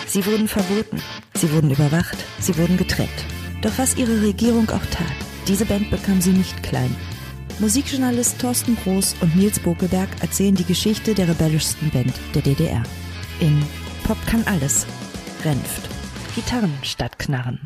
Sie wurden verboten, sie wurden überwacht, sie wurden getrennt. Doch was ihre Regierung auch tat, diese Band bekam sie nicht klein. Musikjournalist Thorsten Groß und Nils Bokelberg erzählen die Geschichte der rebellischsten Band der DDR. In Pop kann alles. Renft. Gitarren statt Knarren.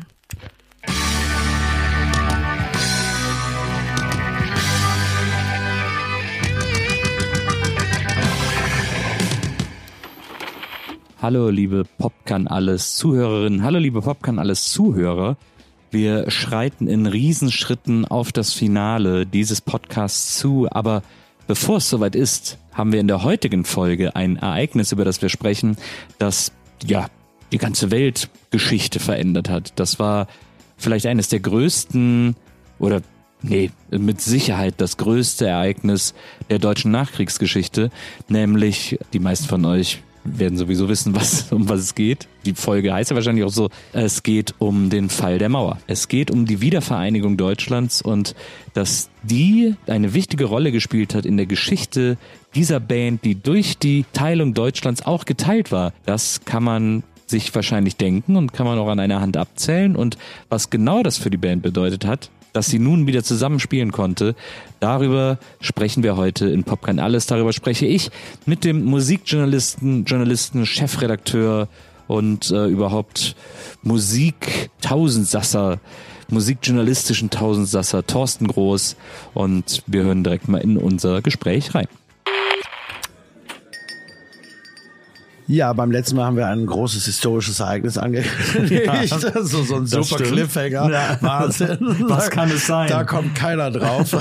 Hallo liebe Pop kann alles Zuhörerinnen, hallo liebe Pop kann alles Zuhörer. Wir schreiten in Riesenschritten auf das Finale dieses Podcasts zu, aber bevor es soweit ist, haben wir in der heutigen Folge ein Ereignis, über das wir sprechen, das ja die ganze Weltgeschichte verändert hat. Das war vielleicht eines der größten mit Sicherheit das größte Ereignis der deutschen Nachkriegsgeschichte, nämlich die meisten von euch werden sowieso wissen, um was es geht. Die Folge heißt ja wahrscheinlich auch so, es geht um den Fall der Mauer. Es geht um die Wiedervereinigung Deutschlands und dass die eine wichtige Rolle gespielt hat in der Geschichte dieser Band, die durch die Teilung Deutschlands auch geteilt war. Das kann man sich wahrscheinlich denken und kann man auch an einer Hand abzählen. Und was genau das für die Band bedeutet hat, dass sie nun wieder zusammenspielen konnte, darüber sprechen wir heute in Pop kann alles. Darüber spreche ich mit dem Musikjournalisten, Chefredakteur und überhaupt musikjournalistischen Tausendsasser Thorsten Groß. Und wir hören direkt mal in unser Gespräch rein. Ja, beim letzten Mal haben wir ein großes historisches Ereignis angekündigt. Ja, so ein super stimmt. Cliffhanger. Ja. Wahnsinn. Was kann es sein? Da kommt keiner drauf.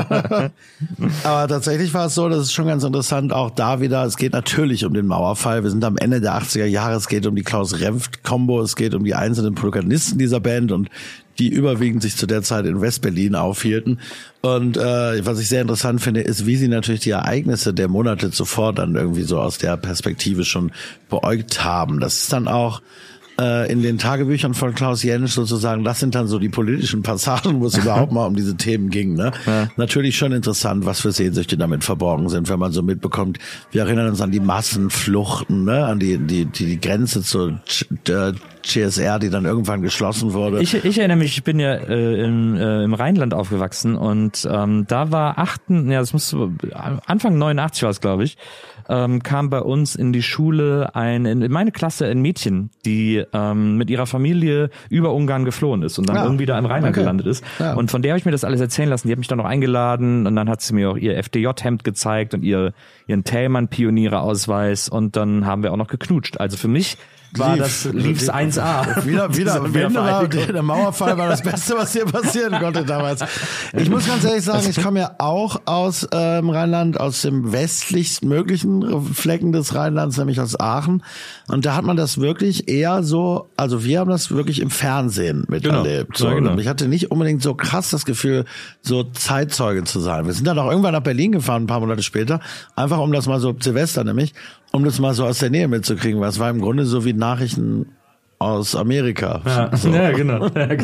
Aber tatsächlich war es so, das ist schon ganz interessant, auch da wieder, es geht natürlich um den Mauerfall. Wir sind am Ende der 80er Jahre, es geht um die Klaus-Renft-Kombo, es geht um die einzelnen Protagonisten dieser Band und die überwiegend sich zu der Zeit in West-Berlin aufhielten. Und was ich sehr interessant finde, ist, wie sie natürlich die Ereignisse der Monate zuvor dann irgendwie so aus der Perspektive schon beäugt haben. Das ist dann auch in den Tagebüchern von Klaus Jentsch sozusagen, das sind dann so die politischen Passagen, wo es überhaupt mal um diese Themen ging. Ne? Ja. Natürlich schon interessant, was für Sehnsüchte damit verborgen sind, wenn man so mitbekommt. Wir erinnern uns an die Massenfluchten, ne? An die Grenze zur CSR, die dann irgendwann geschlossen wurde. Ich erinnere mich, ich bin ja im Rheinland aufgewachsen und da war Anfang 89 war es, glaube ich, kam bei uns in die Schule in meine Klasse ein Mädchen, die mit ihrer Familie über Ungarn geflohen ist und dann irgendwie da im Rheinland gelandet ist. Ja. Und von der habe ich mir das alles erzählen lassen. Die hat mich dann noch eingeladen und dann hat sie mir auch ihr FDJ-Hemd gezeigt und ihren Thälmann-Pioniererausweis und dann haben wir auch noch geknutscht. Also für mich lief's 1A. Wieder der Mauerfall war das Beste, was hier passieren konnte damals. Ich muss ganz ehrlich sagen, ich komme ja auch aus Rheinland, aus dem westlichst möglichen Flecken des Rheinlands, nämlich aus Aachen. Und da hat man das wirklich eher so, also wir haben das wirklich im Fernsehen miterlebt. Genau. So. Genau. Und ich hatte nicht unbedingt so krass das Gefühl, so Zeitzeuge zu sein. Wir sind dann auch irgendwann nach Berlin gefahren, ein paar Monate später, einfach um das mal so, Silvester nämlich, um das mal so aus der Nähe mitzukriegen, weil es war im Grunde so wie Nachrichten aus Amerika. Ja, so. Ja genau.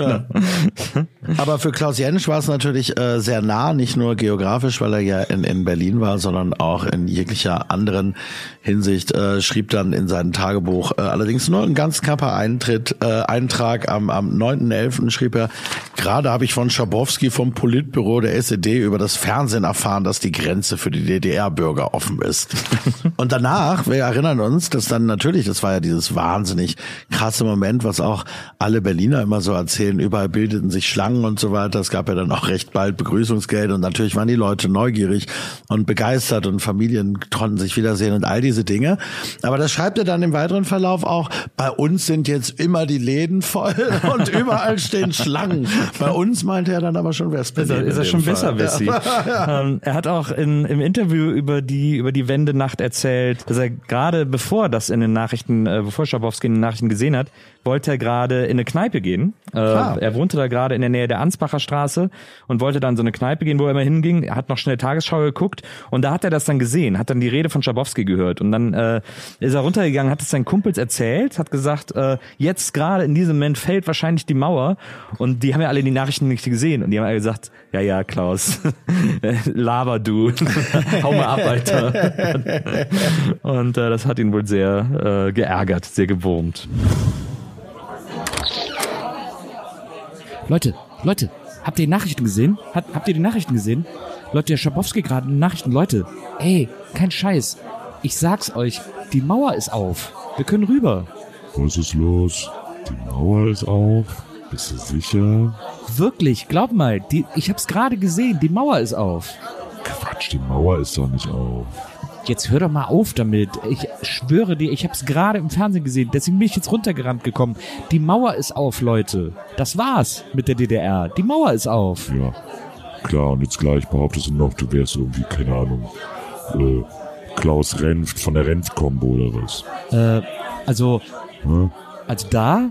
Aber für Klaus Jentsch war es natürlich sehr nah, nicht nur geografisch, weil er ja in Berlin war, sondern auch in jeglicher anderen Hinsicht, schrieb dann in seinem Tagebuch allerdings nur ein ganz knapper Eintrag am 9.11. schrieb er, gerade habe ich von Schabowski vom Politbüro der SED über das Fernsehen erfahren, dass die Grenze für die DDR-Bürger offen ist. Und danach, wir erinnern uns, dass dann natürlich, das war ja dieses wahnsinnig krasse Moment, was auch alle Berliner immer so erzählen, überall bildeten sich Schlangen und so weiter. Es gab ja dann auch recht bald Begrüßungsgeld und natürlich waren die Leute neugierig und begeistert und Familien konnten sich wiedersehen und all diese Dinge. Aber das schreibt er dann im weiteren Verlauf auch, bei uns sind jetzt immer die Läden voll und überall stehen Schlangen. Bei uns meinte er dann aber schon West-Berlin. Ist er schon besser, Wessi. Ja. Er hat auch im Interview über die Wendenacht erzählt, dass er gerade bevor Schabowski in den Nachrichten gesehen hat, wollte er gerade in eine Kneipe gehen. Er wohnte da gerade in der Nähe der Ansbacher Straße und wollte dann so eine Kneipe gehen, wo er immer hinging. Er hat noch schnell Tagesschau geguckt und da hat er das dann gesehen, hat dann die Rede von Schabowski gehört und dann ist er runtergegangen, hat es seinen Kumpels erzählt, hat gesagt, jetzt gerade in diesem Moment fällt wahrscheinlich die Mauer und die haben ja alle die Nachrichten nicht gesehen und die haben alle gesagt, ja Klaus, laber du, hau mal ab, Alter. Und das hat ihn wohl sehr geärgert, sehr gewurmt. Leute, habt ihr die Nachrichten gesehen? Habt ihr die Nachrichten gesehen? Leute, der Schabowski gerade in den Nachrichten. Leute, ey, kein Scheiß. Ich sag's euch, die Mauer ist auf. Wir können rüber. Was ist los? Die Mauer ist auf? Bist du sicher? Wirklich, glaub mal, ich hab's gerade gesehen, die Mauer ist auf. Quatsch, die Mauer ist doch nicht auf. Jetzt hör doch mal auf damit. Ich schwöre dir, ich hab's gerade im Fernsehen gesehen. Deswegen bin ich jetzt runtergerannt gekommen. Die Mauer ist auf, Leute. Das war's mit der DDR. Die Mauer ist auf. Ja, klar. Und jetzt gleich behauptest du noch, du wärst irgendwie, keine Ahnung, Klaus Renft von der Renft-Kombo oder was? Also da,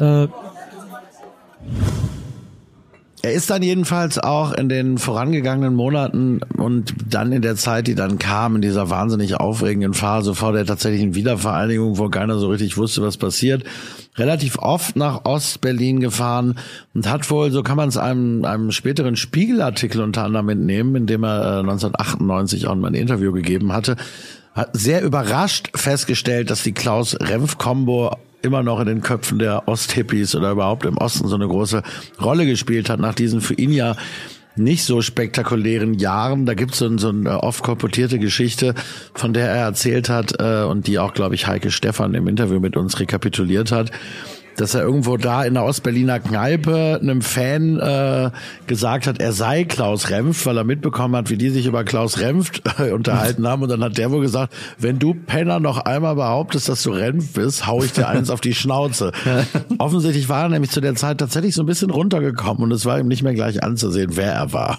Er ist dann jedenfalls auch in den vorangegangenen Monaten und dann in der Zeit, die dann kam, in dieser wahnsinnig aufregenden Phase vor der tatsächlichen Wiedervereinigung, wo keiner so richtig wusste, was passiert, relativ oft nach Ostberlin gefahren und hat wohl, so kann man es einem späteren Spiegelartikel unter anderem entnehmen, in dem er 1998 auch mal ein Interview gegeben hatte, hat sehr überrascht festgestellt, dass die Klaus-Renft-Kombo immer noch in den Köpfen der Osthippies oder überhaupt im Osten so eine große Rolle gespielt hat, nach diesen für ihn ja nicht so spektakulären Jahren. Da gibt's so eine oft kolportierte Geschichte, von der er erzählt hat und die auch, glaube ich, Heike Stephan im Interview mit uns rekapituliert hat, dass er irgendwo da in der Ostberliner Kneipe einem Fan gesagt hat, er sei Klaus Renft, weil er mitbekommen hat, wie die sich über Klaus Renft unterhalten haben. Und dann hat der wohl gesagt, wenn du Penner noch einmal behauptest, dass du Renft bist, hau ich dir eins auf die Schnauze. Offensichtlich war er nämlich zu der Zeit tatsächlich so ein bisschen runtergekommen und es war ihm nicht mehr gleich anzusehen, wer er war.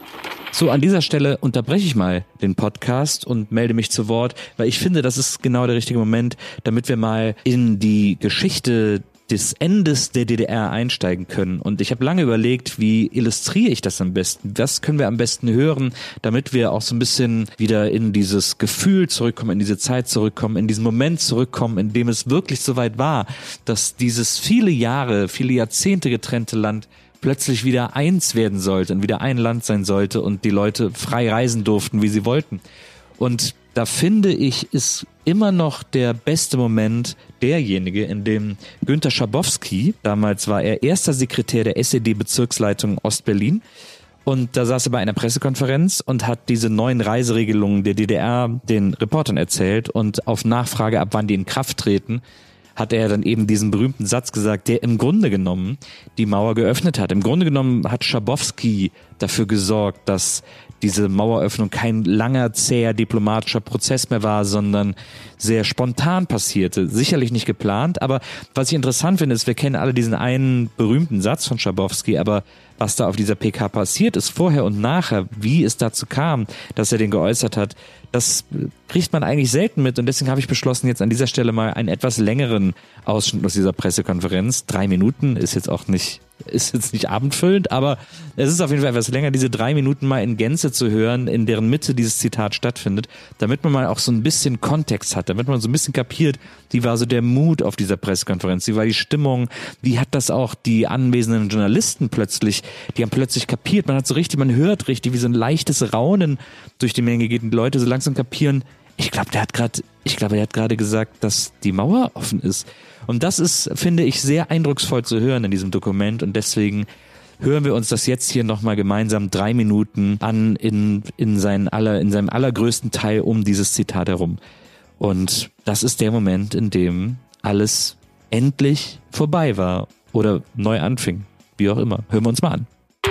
So, an dieser Stelle unterbreche ich mal den Podcast und melde mich zu Wort, weil ich finde, das ist genau der richtige Moment, damit wir mal in die Geschichte des Endes der DDR einsteigen können. Und ich habe lange überlegt, wie illustriere ich das am besten? Was können wir am besten hören, damit wir auch so ein bisschen wieder in dieses Gefühl zurückkommen, in diese Zeit zurückkommen, in diesen Moment zurückkommen, in dem es wirklich so weit war, dass dieses viele Jahre, viele Jahrzehnte getrennte Land plötzlich wieder eins werden sollte und wieder ein Land sein sollte und die Leute frei reisen durften, wie sie wollten. Und da finde ich, ist immer noch der beste Moment derjenige, in dem Günter Schabowski, damals war er erster Sekretär der SED-Bezirksleitung Ostberlin, und da saß er bei einer Pressekonferenz und hat diese neuen Reiseregelungen der DDR den Reportern erzählt und auf Nachfrage, ab wann die in Kraft treten, hat er dann eben diesen berühmten Satz gesagt, der im Grunde genommen die Mauer geöffnet hat. Im Grunde genommen hat Schabowski dafür gesorgt, dass diese Maueröffnung kein langer, zäher diplomatischer Prozess mehr war, sondern sehr spontan passierte. Sicherlich nicht geplant, aber was ich interessant finde, ist, wir kennen alle diesen einen berühmten Satz von Schabowski, aber was da auf dieser PK passiert ist, vorher und nachher, wie es dazu kam, dass er den geäußert hat, das kriegt man eigentlich selten mit und deswegen habe ich beschlossen, jetzt an dieser Stelle mal einen etwas längeren Ausschnitt aus dieser Pressekonferenz. 3 Minuten ist jetzt nicht abendfüllend, aber es ist auf jeden Fall etwas länger, diese 3 Minuten mal in Gänze zu hören, in deren Mitte dieses Zitat stattfindet, damit man mal auch so ein bisschen Kontext hat, damit man so ein bisschen kapiert, wie war so der Mut auf dieser Pressekonferenz, wie war die Stimmung, wie hat das auch die anwesenden Journalisten plötzlich, die haben plötzlich kapiert, man hört richtig, wie so ein leichtes Raunen durch die Menge geht und die Leute so langsam kapieren, ich glaube, er hat gerade gesagt, dass die Mauer offen ist. Und das ist, finde ich, sehr eindrucksvoll zu hören in diesem Dokument und deswegen hören wir uns das jetzt hier nochmal gemeinsam 3 Minuten an in seinem allergrößten Teil um dieses Zitat herum. Und das ist der Moment, in dem alles endlich vorbei war oder neu anfing. Wie auch immer. Hören wir uns mal an.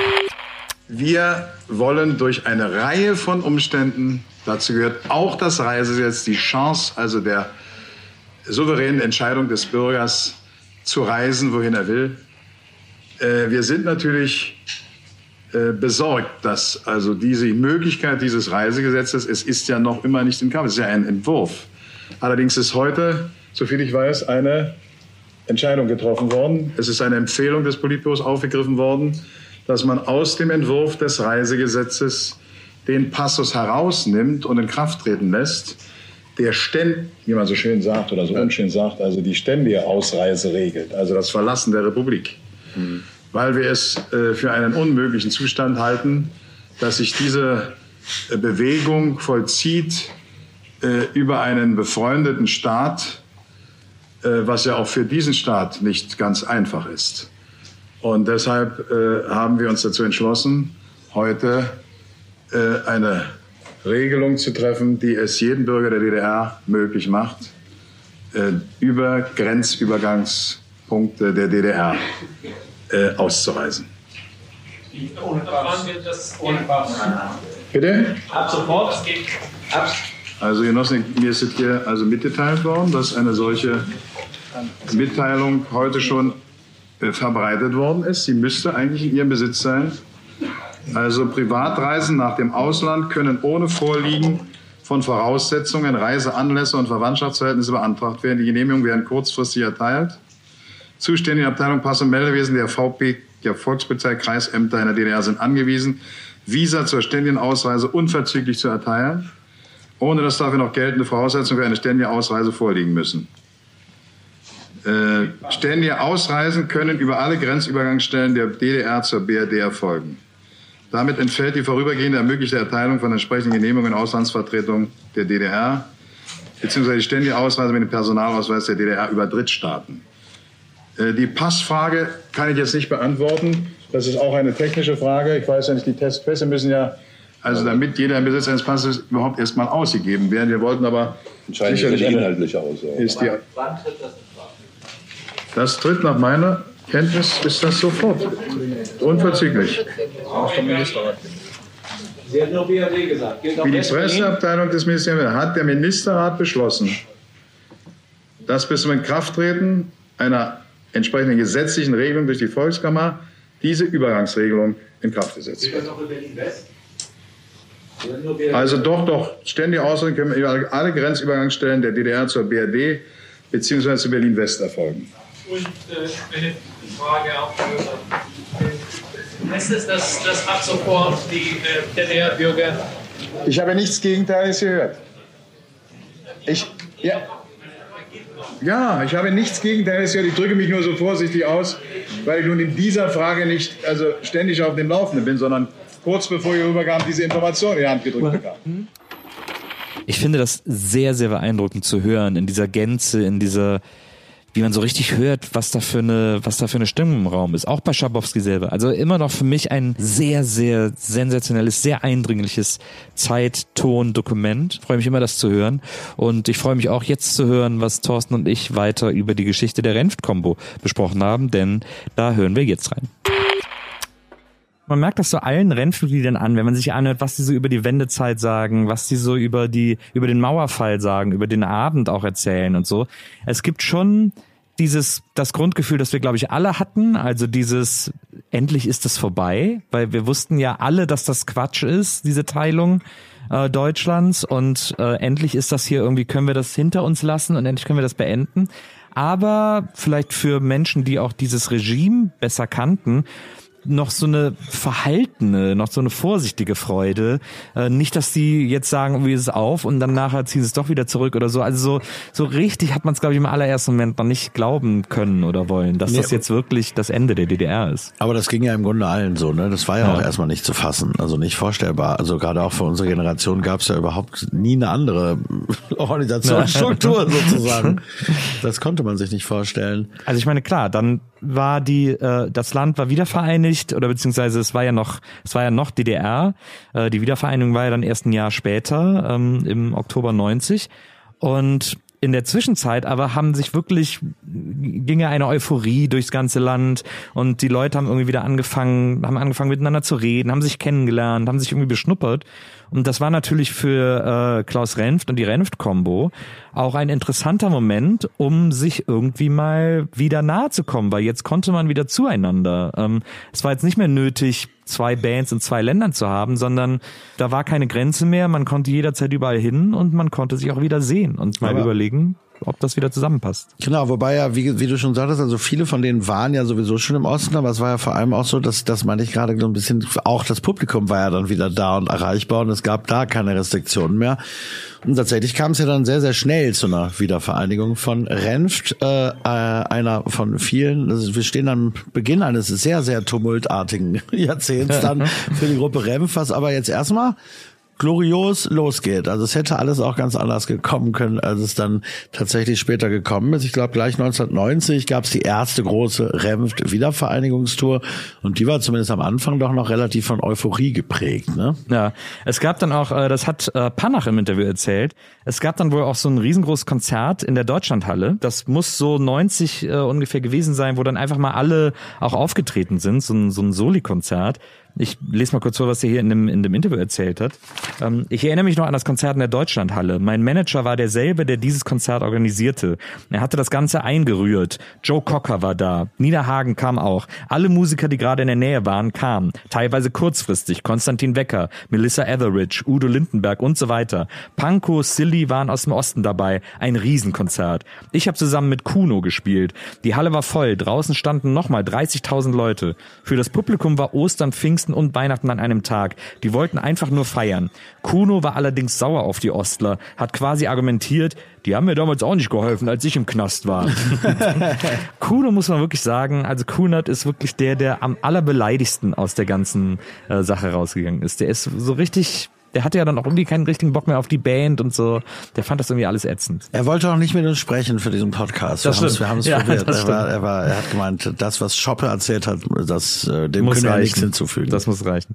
Wir wollen durch eine Reihe von Umständen, dazu gehört auch das Reisegesetz, die Chance also der souveränen Entscheidung des Bürgers zu reisen, wohin er will. Wir sind natürlich besorgt, dass also diese Möglichkeit dieses Reisegesetzes, es ist ja noch immer nicht im Kampf, es ist ja ein Entwurf. Allerdings ist heute, soviel ich weiß, eine Entscheidung getroffen worden. Es ist eine Empfehlung des Politbüros aufgegriffen worden, dass man aus dem Entwurf des Reisegesetzes den Passus herausnimmt und in Kraft treten lässt, der wie man so schön sagt oder so unschön sagt, also die ständige Ausreise regelt, also das Verlassen der Republik. Weil wir es für einen unmöglichen Zustand halten, dass sich diese Bewegung vollzieht über einen befreundeten Staat, was ja auch für diesen Staat nicht ganz einfach ist. Und deshalb haben wir uns dazu entschlossen, heute eine Regelung zu treffen, die es jedem Bürger der DDR möglich macht, über Grenzübergangspunkte der DDR auszureisen. Ohne Pass. Bitte? Ab sofort. Also Genossen, mir ist es hier also mitgeteilt worden, dass eine solche Mitteilung heute schon verbreitet worden ist. Sie müsste eigentlich in Ihrem Besitz sein. Also Privatreisen nach dem Ausland können ohne Vorliegen von Voraussetzungen, Reiseanlässe und Verwandtschaftsverhältnisse beantragt werden. Die Genehmigungen werden kurzfristig erteilt. Zuständige Abteilung Pass- und Meldewesen der VP, der Volkspolizei, Kreisämter in der DDR sind angewiesen, Visa zur ständigen Ausreise unverzüglich zu erteilen, ohne dass dafür noch geltende Voraussetzungen für eine ständige Ausreise vorliegen müssen. Ständige Ausreisen können über alle Grenzübergangsstellen der DDR zur BRD erfolgen. Damit entfällt die vorübergehende ermöglichte Erteilung von entsprechenden Genehmigungen in Auslandsvertretungen der DDR bzw. die ständige Ausreise mit dem Personalausweis der DDR über Drittstaaten. Die Passfrage kann ich jetzt nicht beantworten. Das ist auch eine technische Frage. Ich weiß ja nicht, die Testpässe müssen ja, also damit jeder im Besitz eines Passes überhaupt erstmal ausgegeben werden. Wir wollten aber sicherlich eine inhaltliche Aussage. Wann tritt das in Kraft? Das tritt nach meiner Kenntnis, ist das sofort. Unverzüglich. Sie hat nur BRD gesagt. Wie die Presseabteilung des Ministeriums hat der Ministerrat beschlossen, dass bis zum Inkrafttreten einer entsprechenden gesetzlichen Regelung durch die Volkskammer diese Übergangsregelung in Kraft gesetzt wird. Also doch, ständige Ausreisen können über alle Grenzübergangsstellen der DDR zur BRD bzw. zu Berlin-West erfolgen. Und eine Frage auch heißt es, dass ab sofort die DDR-Bürger... Ich habe nichts Gegenteiliges gehört. Ja, ich habe nichts Gegenteiliges gehört. Ich drücke mich nur so vorsichtig aus, weil ich nun in dieser Frage nicht ständig auf dem Laufenden bin, sondern kurz bevor ich rüberkam, diese Information in die Hand gedrückt bekam. Ich finde das sehr, sehr beeindruckend zu hören, in dieser Gänze, in dieser, wie man so richtig hört, was da für eine Stimmung im Raum ist. Auch bei Schabowski selber. Also immer noch für mich ein sehr, sehr sensationelles, sehr eindringliches Zeit-Ton-Dokument. Ich freue mich immer, das zu hören. Und ich freue mich auch jetzt zu hören, was Thorsten und ich weiter über die Geschichte der Renft-Kombo besprochen haben, denn da hören wir jetzt rein. Man merkt das so allen Renft-Mitgliedern an, wenn man sich anhört, was die so über die Wendezeit sagen, was die so über den Mauerfall sagen, über den Abend auch erzählen und so. Es gibt schon das Grundgefühl, das wir, glaube ich, alle hatten, also dieses, endlich ist es vorbei, weil wir wussten ja alle, dass das Quatsch ist, diese Teilung Deutschlands, und endlich ist das hier irgendwie, können wir das hinter uns lassen und endlich können wir das beenden. Aber vielleicht für Menschen, die auch dieses Regime besser kannten, noch so eine verhaltene, noch so eine vorsichtige Freude. Nicht, dass die jetzt sagen, wie ist es auf und dann nachher ziehen sie es doch wieder zurück oder so. Also so richtig hat man es, glaube ich, im allerersten Moment noch nicht glauben können oder wollen, dass das jetzt wirklich das Ende der DDR ist. Aber das ging ja im Grunde allen so, ne? Das war ja auch erstmal nicht zu fassen, also nicht vorstellbar. Also gerade auch für unsere Generation gab es ja überhaupt nie eine andere Organisationsstruktur sozusagen. Das konnte man sich nicht vorstellen. Also ich meine, klar, dann war das Land war wieder vereinigt, oder beziehungsweise es war ja noch DDR. Die Wiedervereinigung war ja dann erst ein Jahr später, im Oktober 90. Und in der Zwischenzeit aber ging ja eine Euphorie durchs ganze Land, und die Leute haben irgendwie wieder angefangen miteinander zu reden, haben sich kennengelernt, haben sich irgendwie beschnuppert. Und das war natürlich für Klaus Renft und die Renft-Kombo auch ein interessanter Moment, um sich irgendwie mal wieder nahe zu kommen, weil jetzt konnte man wieder zueinander. Es war jetzt nicht mehr nötig, 2 Bands in 2 Ländern zu haben, sondern da war keine Grenze mehr, man konnte jederzeit überall hin und man konnte sich auch wieder sehen und mal überlegen. ob das wieder zusammenpasst. Genau, wobei ja, wie du schon sagtest, also viele von denen waren ja sowieso schon im Osten, aber es war ja vor allem auch so, dass das meine ich gerade so ein bisschen, auch das Publikum war ja dann wieder da und erreichbar und es gab da keine Restriktionen mehr. Und tatsächlich kam es ja dann sehr, sehr schnell zu einer Wiedervereinigung von Renft, einer von vielen. Also wir stehen am Beginn eines sehr, sehr tumultartigen Jahrzehnts dann für die Gruppe Renft, was aber jetzt erstmal glorios losgeht. Also es hätte alles auch ganz anders gekommen können, als es dann tatsächlich später gekommen ist. Ich glaube, gleich 1990 gab es die erste große Renft-Wiedervereinigungstour und die war zumindest am Anfang doch noch relativ von Euphorie geprägt. Ne? Ja, es gab dann auch, das hat Panach im Interview erzählt, es gab dann wohl auch so ein riesengroßes Konzert in der Deutschlandhalle. Das muss so 90 ungefähr gewesen sein, wo dann einfach mal alle auch aufgetreten sind, so ein Soli-Konzert. Ich lese mal kurz vor, was er hier in dem Interview erzählt hat. Ich erinnere mich noch an das Konzert in der Deutschlandhalle. Mein Manager war derselbe, der dieses Konzert organisierte. Er hatte das Ganze eingerührt. Joe Cocker war da. Nina Hagen kam auch. Alle Musiker, die gerade in der Nähe waren, kamen. Teilweise kurzfristig. Konstantin Wecker, Melissa Etheridge, Udo Lindenberg und so weiter. Pankow, Silly waren aus dem Osten dabei. Ein Riesenkonzert. Ich habe zusammen mit Kuno gespielt. Die Halle war voll. Draußen standen nochmal 30.000 Leute. Für das Publikum war Ostern, Pfingsten und Weihnachten an einem Tag. Die wollten einfach nur feiern. Kuno war allerdings sauer auf die Ostler, hat quasi argumentiert, die haben mir damals auch nicht geholfen, als ich im Knast war. Kuno muss man wirklich sagen, also Kunert ist wirklich der am allerbeleidigsten aus der ganzen Sache rausgegangen ist. Der ist so richtig... Der hatte ja dann auch irgendwie keinen richtigen Bock mehr auf die Band und so. Der fand das irgendwie alles ätzend. Er wollte auch nicht mit uns sprechen für diesen Podcast. Wir haben es probiert. Er hat gemeint, das, was Schoppe erzählt hat, dem können wir nichts hinzufügen. Das muss reichen.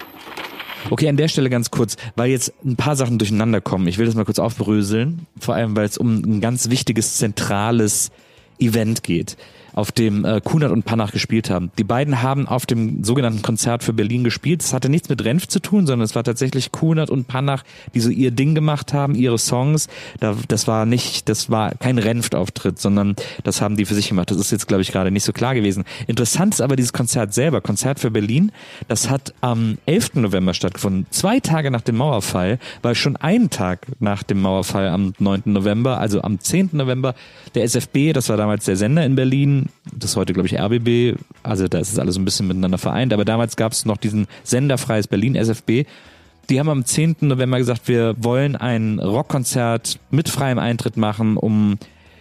Okay, an der Stelle ganz kurz, weil jetzt ein paar Sachen durcheinander kommen. Ich will das mal kurz aufbröseln. Vor allem, weil es um ein ganz wichtiges, zentrales Event geht, auf dem Kunert und Panach gespielt haben. Die beiden haben auf dem sogenannten Konzert für Berlin gespielt. Das hatte nichts mit Renft zu tun, sondern es war tatsächlich Kunert und Panach, die so ihr Ding gemacht haben, ihre Songs. Das war kein Renft-Auftritt, sondern das haben die für sich gemacht. Das ist jetzt, glaube ich, gerade nicht so klar gewesen. Interessant ist aber dieses Konzert selber, Konzert für Berlin, das hat am 11. November stattgefunden, 2 Tage nach dem Mauerfall, weil schon einen Tag nach dem Mauerfall am 9. November, also am 10. November, der SFB, das war damals der Sender in Berlin, das ist heute, glaube ich, RBB, also da ist es alles ein bisschen miteinander vereint, aber damals gab es noch diesen Sender Freies Berlin, SFB, die haben am 10. November gesagt, wir wollen ein Rockkonzert mit freiem Eintritt machen, um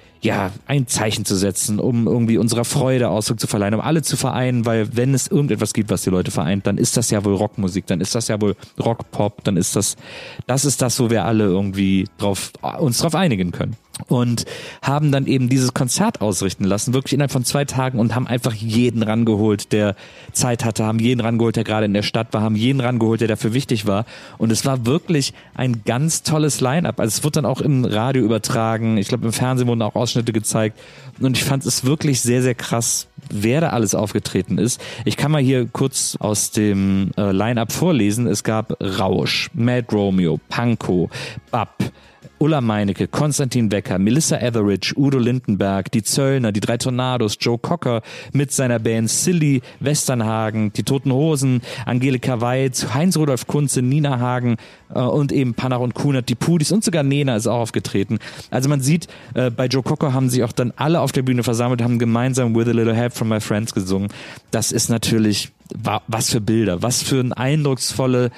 ein Zeichen zu setzen, um irgendwie unserer Freude Ausdruck zu verleihen, um alle zu vereinen, weil wenn es irgendetwas gibt, was die Leute vereint, dann ist das ja wohl Rockmusik, dann ist das ja wohl Rockpop, dann ist das ist das, wo wir alle irgendwie uns drauf einigen können. Und haben dann eben dieses Konzert ausrichten lassen, wirklich innerhalb von 2 Tagen und haben einfach jeden rangeholt, der Zeit hatte, haben jeden rangeholt, der gerade in der Stadt war, haben jeden rangeholt, der dafür wichtig war. Und es war wirklich ein ganz tolles Line-Up. Also es wurde dann auch im Radio übertragen, ich glaube im Fernsehen wurden auch Ausschnitte gezeigt und ich fand es wirklich sehr, sehr krass, wer da alles aufgetreten ist. Ich kann mal hier kurz aus dem Line-Up vorlesen. Es gab Rausch, Mad Romeo, Pankow, Bab, Ulla Meinecke, Konstantin Wecker, Melissa Etheridge, Udo Lindenberg, die Zöllner, die 3 Tornados, Joe Cocker mit seiner Band, Silly, Westernhagen, die Toten Hosen, Angelika Weiz, Heinz-Rudolf Kunze, Nina Hagen und eben Panach und Kunert, die Pudis und sogar Nena ist auch aufgetreten. Also man sieht, bei Joe Cocker haben sich auch dann alle auf der Bühne versammelt, haben gemeinsam With a Little Help from My Friends gesungen. Das ist natürlich, was für Bilder, was für ein eindrucksvolle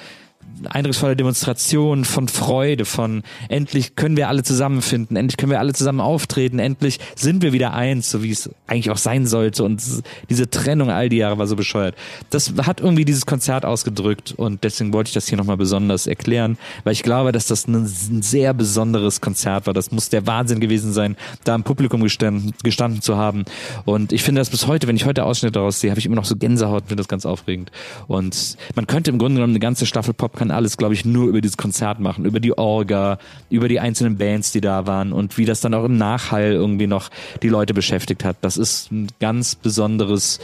Demonstration von Freude, von endlich können wir alle zusammenfinden, endlich können wir alle zusammen auftreten, endlich sind wir wieder eins, so wie es eigentlich auch sein sollte und diese Trennung all die Jahre war so bescheuert. Das hat irgendwie dieses Konzert ausgedrückt und deswegen wollte ich das hier nochmal besonders erklären, weil ich glaube, dass das ein sehr besonderes Konzert war. Das muss der Wahnsinn gewesen sein, da im Publikum gestanden zu haben und ich finde das bis heute, wenn ich heute Ausschnitte daraus sehe, habe ich immer noch so Gänsehaut und finde das ganz aufregend und man könnte im Grunde genommen eine ganze Staffel Pop kann alles, glaube ich, nur über dieses Konzert machen, über die Orga, über die einzelnen Bands, die da waren und wie das dann auch im Nachhall irgendwie noch die Leute beschäftigt hat. Das ist ein ganz besonderes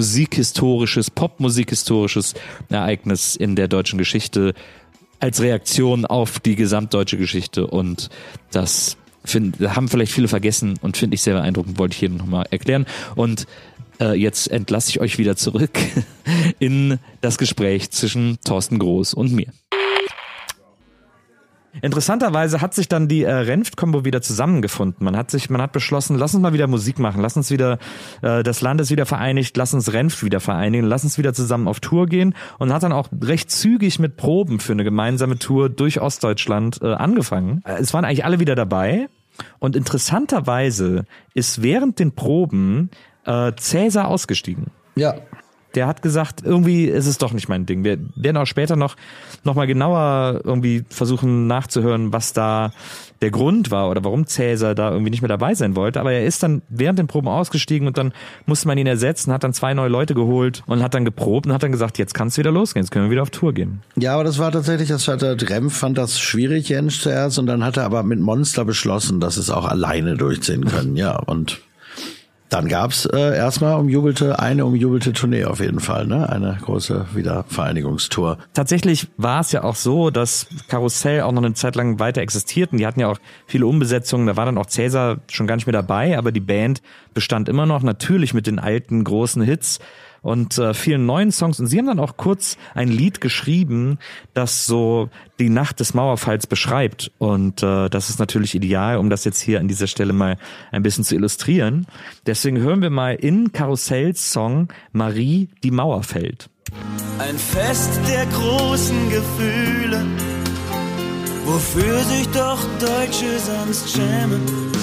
popmusikhistorisches Ereignis in der deutschen Geschichte als Reaktion auf die gesamtdeutsche Geschichte und das haben vielleicht viele vergessen und finde ich sehr beeindruckend, wollte ich hier nochmal erklären und jetzt entlasse ich euch wieder zurück in das Gespräch zwischen Thorsten Groß und mir. Interessanterweise hat sich dann die Renft-Kombo wieder zusammengefunden. Man hat beschlossen, lass uns mal wieder Musik machen, lass uns wieder, das Land ist wieder vereinigt, lass uns Renft wieder vereinigen, lass uns wieder zusammen auf Tour gehen und hat dann auch recht zügig mit Proben für eine gemeinsame Tour durch Ostdeutschland angefangen. Es waren eigentlich alle wieder dabei und interessanterweise ist während den Proben Cäsar ausgestiegen. Ja. Der hat gesagt, irgendwie ist es doch nicht mein Ding. Wir werden auch später noch mal genauer irgendwie versuchen nachzuhören, was da der Grund war oder warum Cäsar da irgendwie nicht mehr dabei sein wollte. Aber er ist dann während den Proben ausgestiegen und dann musste man ihn ersetzen, hat dann 2 neue Leute geholt und hat dann geprobt und hat dann gesagt, jetzt kann es wieder losgehen, jetzt können wir wieder auf Tour gehen. Ja, aber das war tatsächlich, Renf fand das schwierig, Jens, zuerst, und dann hat er aber mit Monster beschlossen, dass es auch alleine durchziehen können, ja, und dann gab's erstmal eine umjubelte Tournee auf jeden Fall, ne? Eine große Wiedervereinigungstour. Tatsächlich war es ja auch so, dass Karussell auch noch eine Zeit lang weiter existierten. Die hatten ja auch viele Umbesetzungen, da war dann auch Cäsar schon gar nicht mehr dabei, aber die Band bestand immer noch, natürlich mit den alten großen Hits und vielen neuen Songs. Und sie haben dann auch kurz ein Lied geschrieben, das so die Nacht des Mauerfalls beschreibt. Und das ist natürlich ideal, um das jetzt hier an dieser Stelle mal ein bisschen zu illustrieren. Deswegen hören wir mal in Karussells Song Marie, die Mauer fällt. Ein Fest der großen Gefühle, wofür sich doch Deutsche sonst schämen.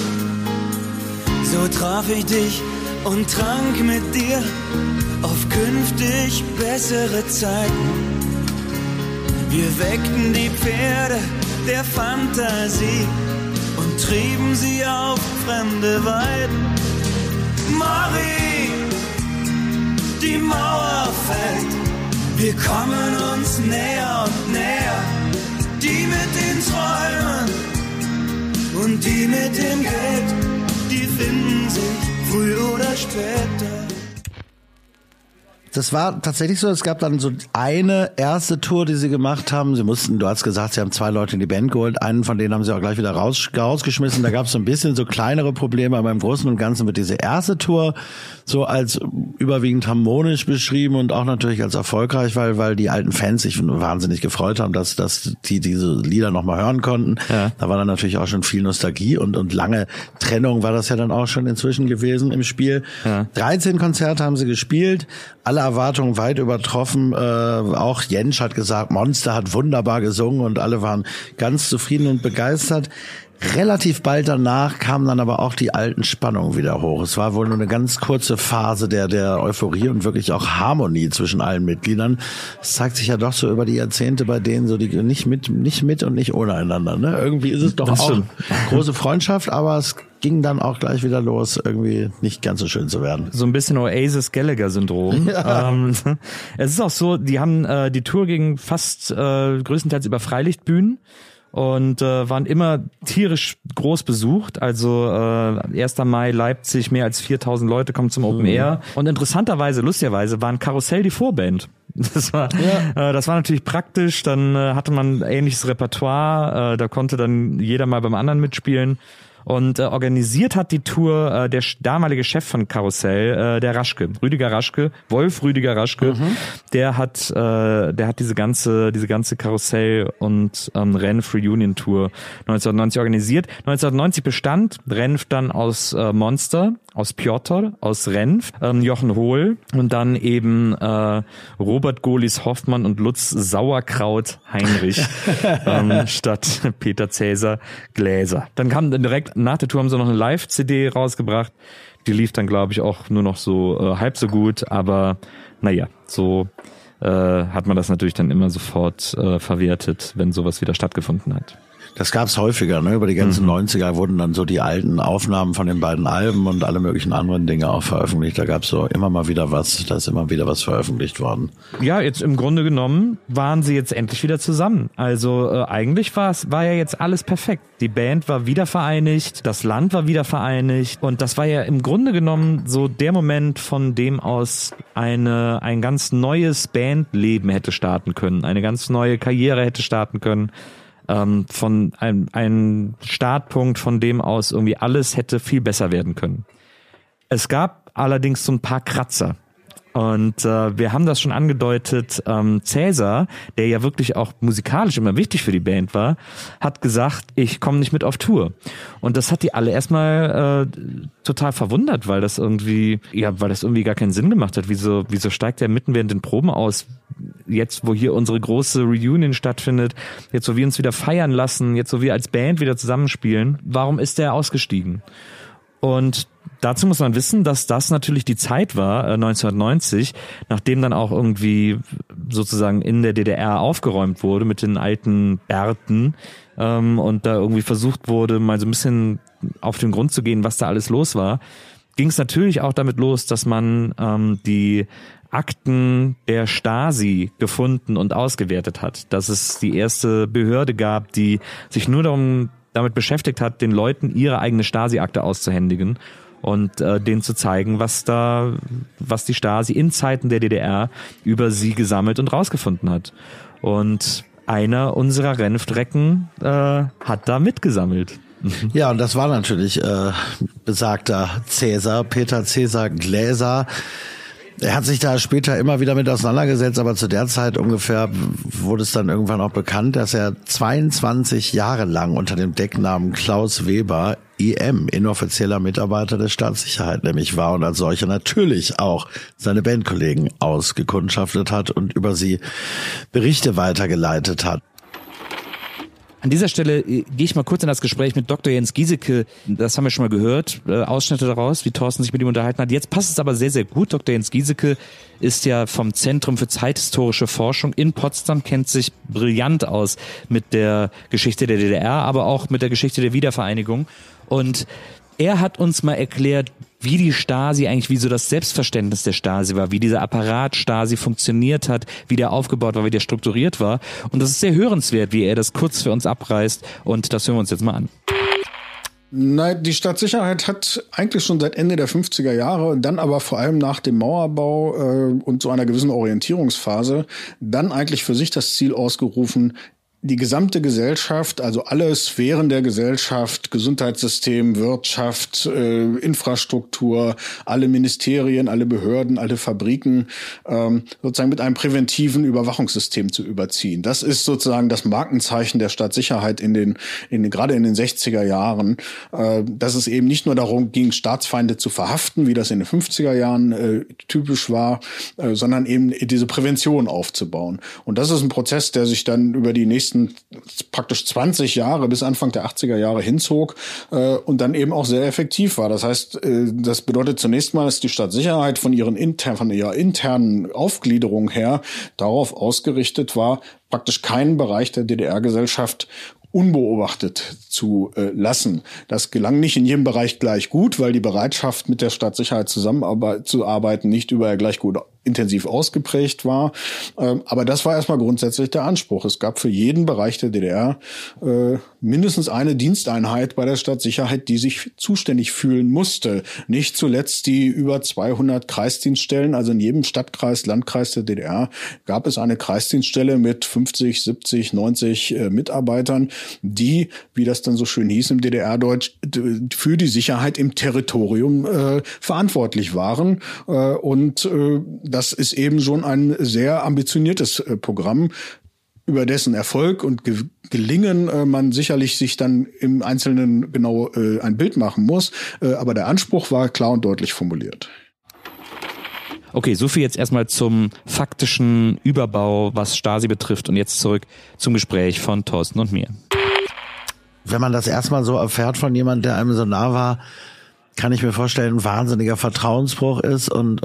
So traf ich dich und trank mit dir auf künftig bessere Zeiten. Wir weckten die Pferde der Fantasie und trieben sie auf fremde Weiden. Marie, die Mauer fällt, wir kommen uns näher und näher. Die mit den Träumen und die mit dem Geld, die finden sich früh oder später. Das war tatsächlich so, es gab dann so eine erste Tour, die sie gemacht haben. Du hast gesagt, sie haben 2 Leute in die Band geholt. Einen von denen haben sie auch gleich wieder rausgeschmissen. Da gab es so ein bisschen so kleinere Probleme, aber im Großen und Ganzen wird diese erste Tour so als überwiegend harmonisch beschrieben und auch natürlich als erfolgreich, weil die alten Fans sich wahnsinnig gefreut haben, dass die diese Lieder nochmal hören konnten. Ja. Da war dann natürlich auch schon viel Nostalgie und lange Trennung war das ja dann auch schon inzwischen gewesen im Spiel. Ja. 13 Konzerte haben sie gespielt, alle Erwartungen weit übertroffen. Auch Jentsch hat gesagt, Monster hat wunderbar gesungen und alle waren ganz zufrieden und begeistert. Relativ bald danach kamen dann aber auch die alten Spannungen wieder hoch. Es war wohl nur eine ganz kurze Phase der Euphorie und wirklich auch Harmonie zwischen allen Mitgliedern. Es zeigt sich ja doch so über die Jahrzehnte bei denen so die nicht mit und nicht ohne einander. Ne? Irgendwie ist es doch das auch stimmt. Große Freundschaft, aber es ging dann auch gleich wieder los, irgendwie nicht ganz so schön zu werden. So ein bisschen Oasis-Gallagher-Syndrom. Ja. Es ist auch so, die haben die Tour ging fast größtenteils über Freilichtbühnen und waren immer tierisch groß besucht. Also 1. Mai Leipzig, mehr als 4.000 Leute kommen zum Open Air. Und lustigerweise waren Karussell die Vorband. Das war natürlich praktisch. Dann hatte man ähnliches Repertoire. Da konnte dann jeder mal beim anderen mitspielen. Und organisiert hat die Tour der damalige Chef von Karussell, der Raschke, Wolf Rüdiger Raschke. Der hat diese ganze Karussell und Renf Reunion Tour 1990 organisiert. 1990 bestand Renf dann aus Monster, aus Piotr, aus Renf, Jochen Hohl und dann eben Robert Golis Hoffmann und Lutz Sauerkraut Heinrich statt Peter Cäsar Gläser. Dann kam direkt nach der Tour haben sie noch eine Live-CD rausgebracht. Die lief dann, glaube ich, auch nur noch so halb so gut. Aber naja, so hat man das natürlich dann immer sofort verwertet, wenn sowas wieder stattgefunden hat. Das gab's häufiger, ne? Über die ganzen 90er wurden dann so die alten Aufnahmen von den beiden Alben und alle möglichen anderen Dinge auch veröffentlicht. Da gab's so immer mal wieder was, da ist immer wieder was veröffentlicht worden. Ja, jetzt im Grunde genommen waren sie jetzt endlich wieder zusammen. Also eigentlich war ja jetzt alles perfekt. Die Band war wieder vereinigt, das Land war wieder vereinigt und das war ja im Grunde genommen so der Moment, von dem aus ein ganz neues Bandleben hätte starten können, eine ganz neue Karriere hätte starten können. Von einem Startpunkt, von dem aus irgendwie alles hätte viel besser werden können. Es gab allerdings so ein paar Kratzer. Und wir haben das schon angedeutet, Cäsar, der ja wirklich auch musikalisch immer wichtig für die Band war, hat gesagt, ich komme nicht mit auf Tour. Und das hat die alle erstmal total verwundert, weil das irgendwie gar keinen Sinn gemacht hat. Wieso steigt er mitten während den Proben aus? Jetzt, wo hier unsere große Reunion stattfindet, jetzt, wo wir uns wieder feiern lassen, jetzt, wo wir als Band wieder zusammenspielen, warum ist der ausgestiegen? Und dazu muss man wissen, dass das natürlich die Zeit war, 1990, nachdem dann auch irgendwie sozusagen in der DDR aufgeräumt wurde mit den alten Bärten und da irgendwie versucht wurde, mal so ein bisschen auf den Grund zu gehen, was da alles los war, ging es natürlich auch damit los, dass man die Akten der Stasi gefunden und ausgewertet hat. Dass es die erste Behörde gab, die sich nur damit beschäftigt hat, den Leuten ihre eigene Stasi-Akte auszuhändigen und denen zu zeigen, was die Stasi in Zeiten der DDR über sie gesammelt und rausgefunden hat. Und einer unserer Rennstrecken hat da mitgesammelt. Ja, und das war natürlich besagter Cäsar, Peter Cäsar Gläser. Er hat sich da später immer wieder mit auseinandergesetzt, aber zu der Zeit ungefähr wurde es dann irgendwann auch bekannt, dass er 22 Jahre lang unter dem Decknamen Klaus Weber IM, inoffizieller Mitarbeiter der Staatssicherheit nämlich war und als solcher natürlich auch seine Bandkollegen ausgekundschaftet hat und über sie Berichte weitergeleitet hat. An dieser Stelle gehe ich mal kurz in das Gespräch mit Dr. Jens Giesecke. Das haben wir schon mal gehört, Ausschnitte daraus, wie Thorsten sich mit ihm unterhalten hat. Jetzt passt es aber sehr, sehr gut. Dr. Jens Giesecke ist ja vom Zentrum für zeithistorische Forschung in Potsdam, kennt sich brillant aus mit der Geschichte der DDR, aber auch mit der Geschichte der Wiedervereinigung. Und er hat uns mal erklärt, wie die Stasi eigentlich, wie so das Selbstverständnis der Stasi war, wie dieser Apparat Stasi funktioniert hat, wie der aufgebaut war, wie der strukturiert war. Und das ist sehr hörenswert, wie er das kurz für uns abreißt. Und das hören wir uns jetzt mal an. Nein, die Staatssicherheit hat eigentlich schon seit Ende der 50er Jahre, dann aber vor allem nach dem Mauerbau und so einer gewissen Orientierungsphase, dann eigentlich für sich das Ziel ausgerufen, die gesamte Gesellschaft, also alle Sphären der Gesellschaft, Gesundheitssystem, Wirtschaft, Infrastruktur, alle Ministerien, alle Behörden, alle Fabriken, sozusagen mit einem präventiven Überwachungssystem zu überziehen. Das ist sozusagen das Markenzeichen der Staatssicherheit gerade in den 60er Jahren, dass es eben nicht nur darum ging, Staatsfeinde zu verhaften, wie das in den 50er Jahren typisch war, sondern eben diese Prävention aufzubauen. Und das ist ein Prozess, der sich dann über die nächsten praktisch 20 Jahre bis Anfang der 80er Jahre hinzog und dann eben auch sehr effektiv war. Das heißt, das bedeutet zunächst mal, dass die Staatssicherheit von ihrer internen Aufgliederung her darauf ausgerichtet war, praktisch keinen Bereich der DDR-Gesellschaft unbeobachtet zu lassen. Das gelang nicht in jedem Bereich gleich gut, weil die Bereitschaft, mit der Staatssicherheit zusammenzuarbeiten, nicht überall gleich gut intensiv ausgeprägt war. Aber das war erstmal grundsätzlich der Anspruch. Es gab für jeden Bereich der DDR mindestens eine Diensteinheit bei der Staatssicherheit, die sich zuständig fühlen musste. Nicht zuletzt die über 200 Kreisdienststellen, also in jedem Stadtkreis, Landkreis der DDR gab es eine Kreisdienststelle mit 50, 70, 90 Mitarbeitern, die, wie das dann so schön hieß im DDR-Deutsch, für die Sicherheit im Territorium verantwortlich waren. Und das ist eben schon ein sehr ambitioniertes Programm, über dessen Erfolg und Gelingen man sicherlich sich dann im Einzelnen genau ein Bild machen muss. Aber der Anspruch war klar und deutlich formuliert. Okay, so viel jetzt erstmal zum faktischen Überbau, was Stasi betrifft. Und jetzt zurück zum Gespräch von Thorsten und mir. Wenn man das erstmal so erfährt von jemandem, der einem so nah war, kann ich mir vorstellen, ein wahnsinniger Vertrauensbruch ist und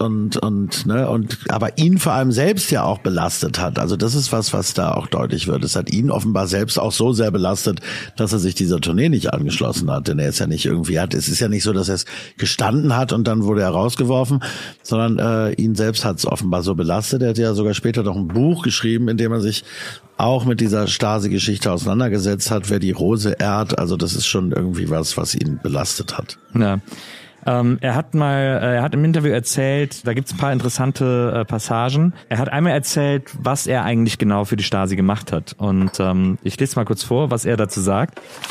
aber ihn vor allem selbst ja auch belastet hat. Also das ist was da auch deutlich wird. Es hat ihn offenbar selbst auch so sehr belastet, dass er sich dieser Tournee nicht angeschlossen hat. Denn er ist ja nicht es ist ja nicht so, dass er es gestanden hat und dann wurde er rausgeworfen, sondern ihn selbst hat es offenbar so belastet. Er hat ja sogar später noch ein Buch geschrieben, in dem er sich auch mit dieser Stasi-Geschichte auseinandergesetzt hat, wer die Rose ehrt. Also das ist schon irgendwie was ihn belastet hat. Ja. Er hat im Interview erzählt, da gibt's ein paar interessante Passagen. Er hat einmal erzählt, was er eigentlich genau für die Stasi gemacht hat. Und ich lese mal kurz vor, was er dazu sagt.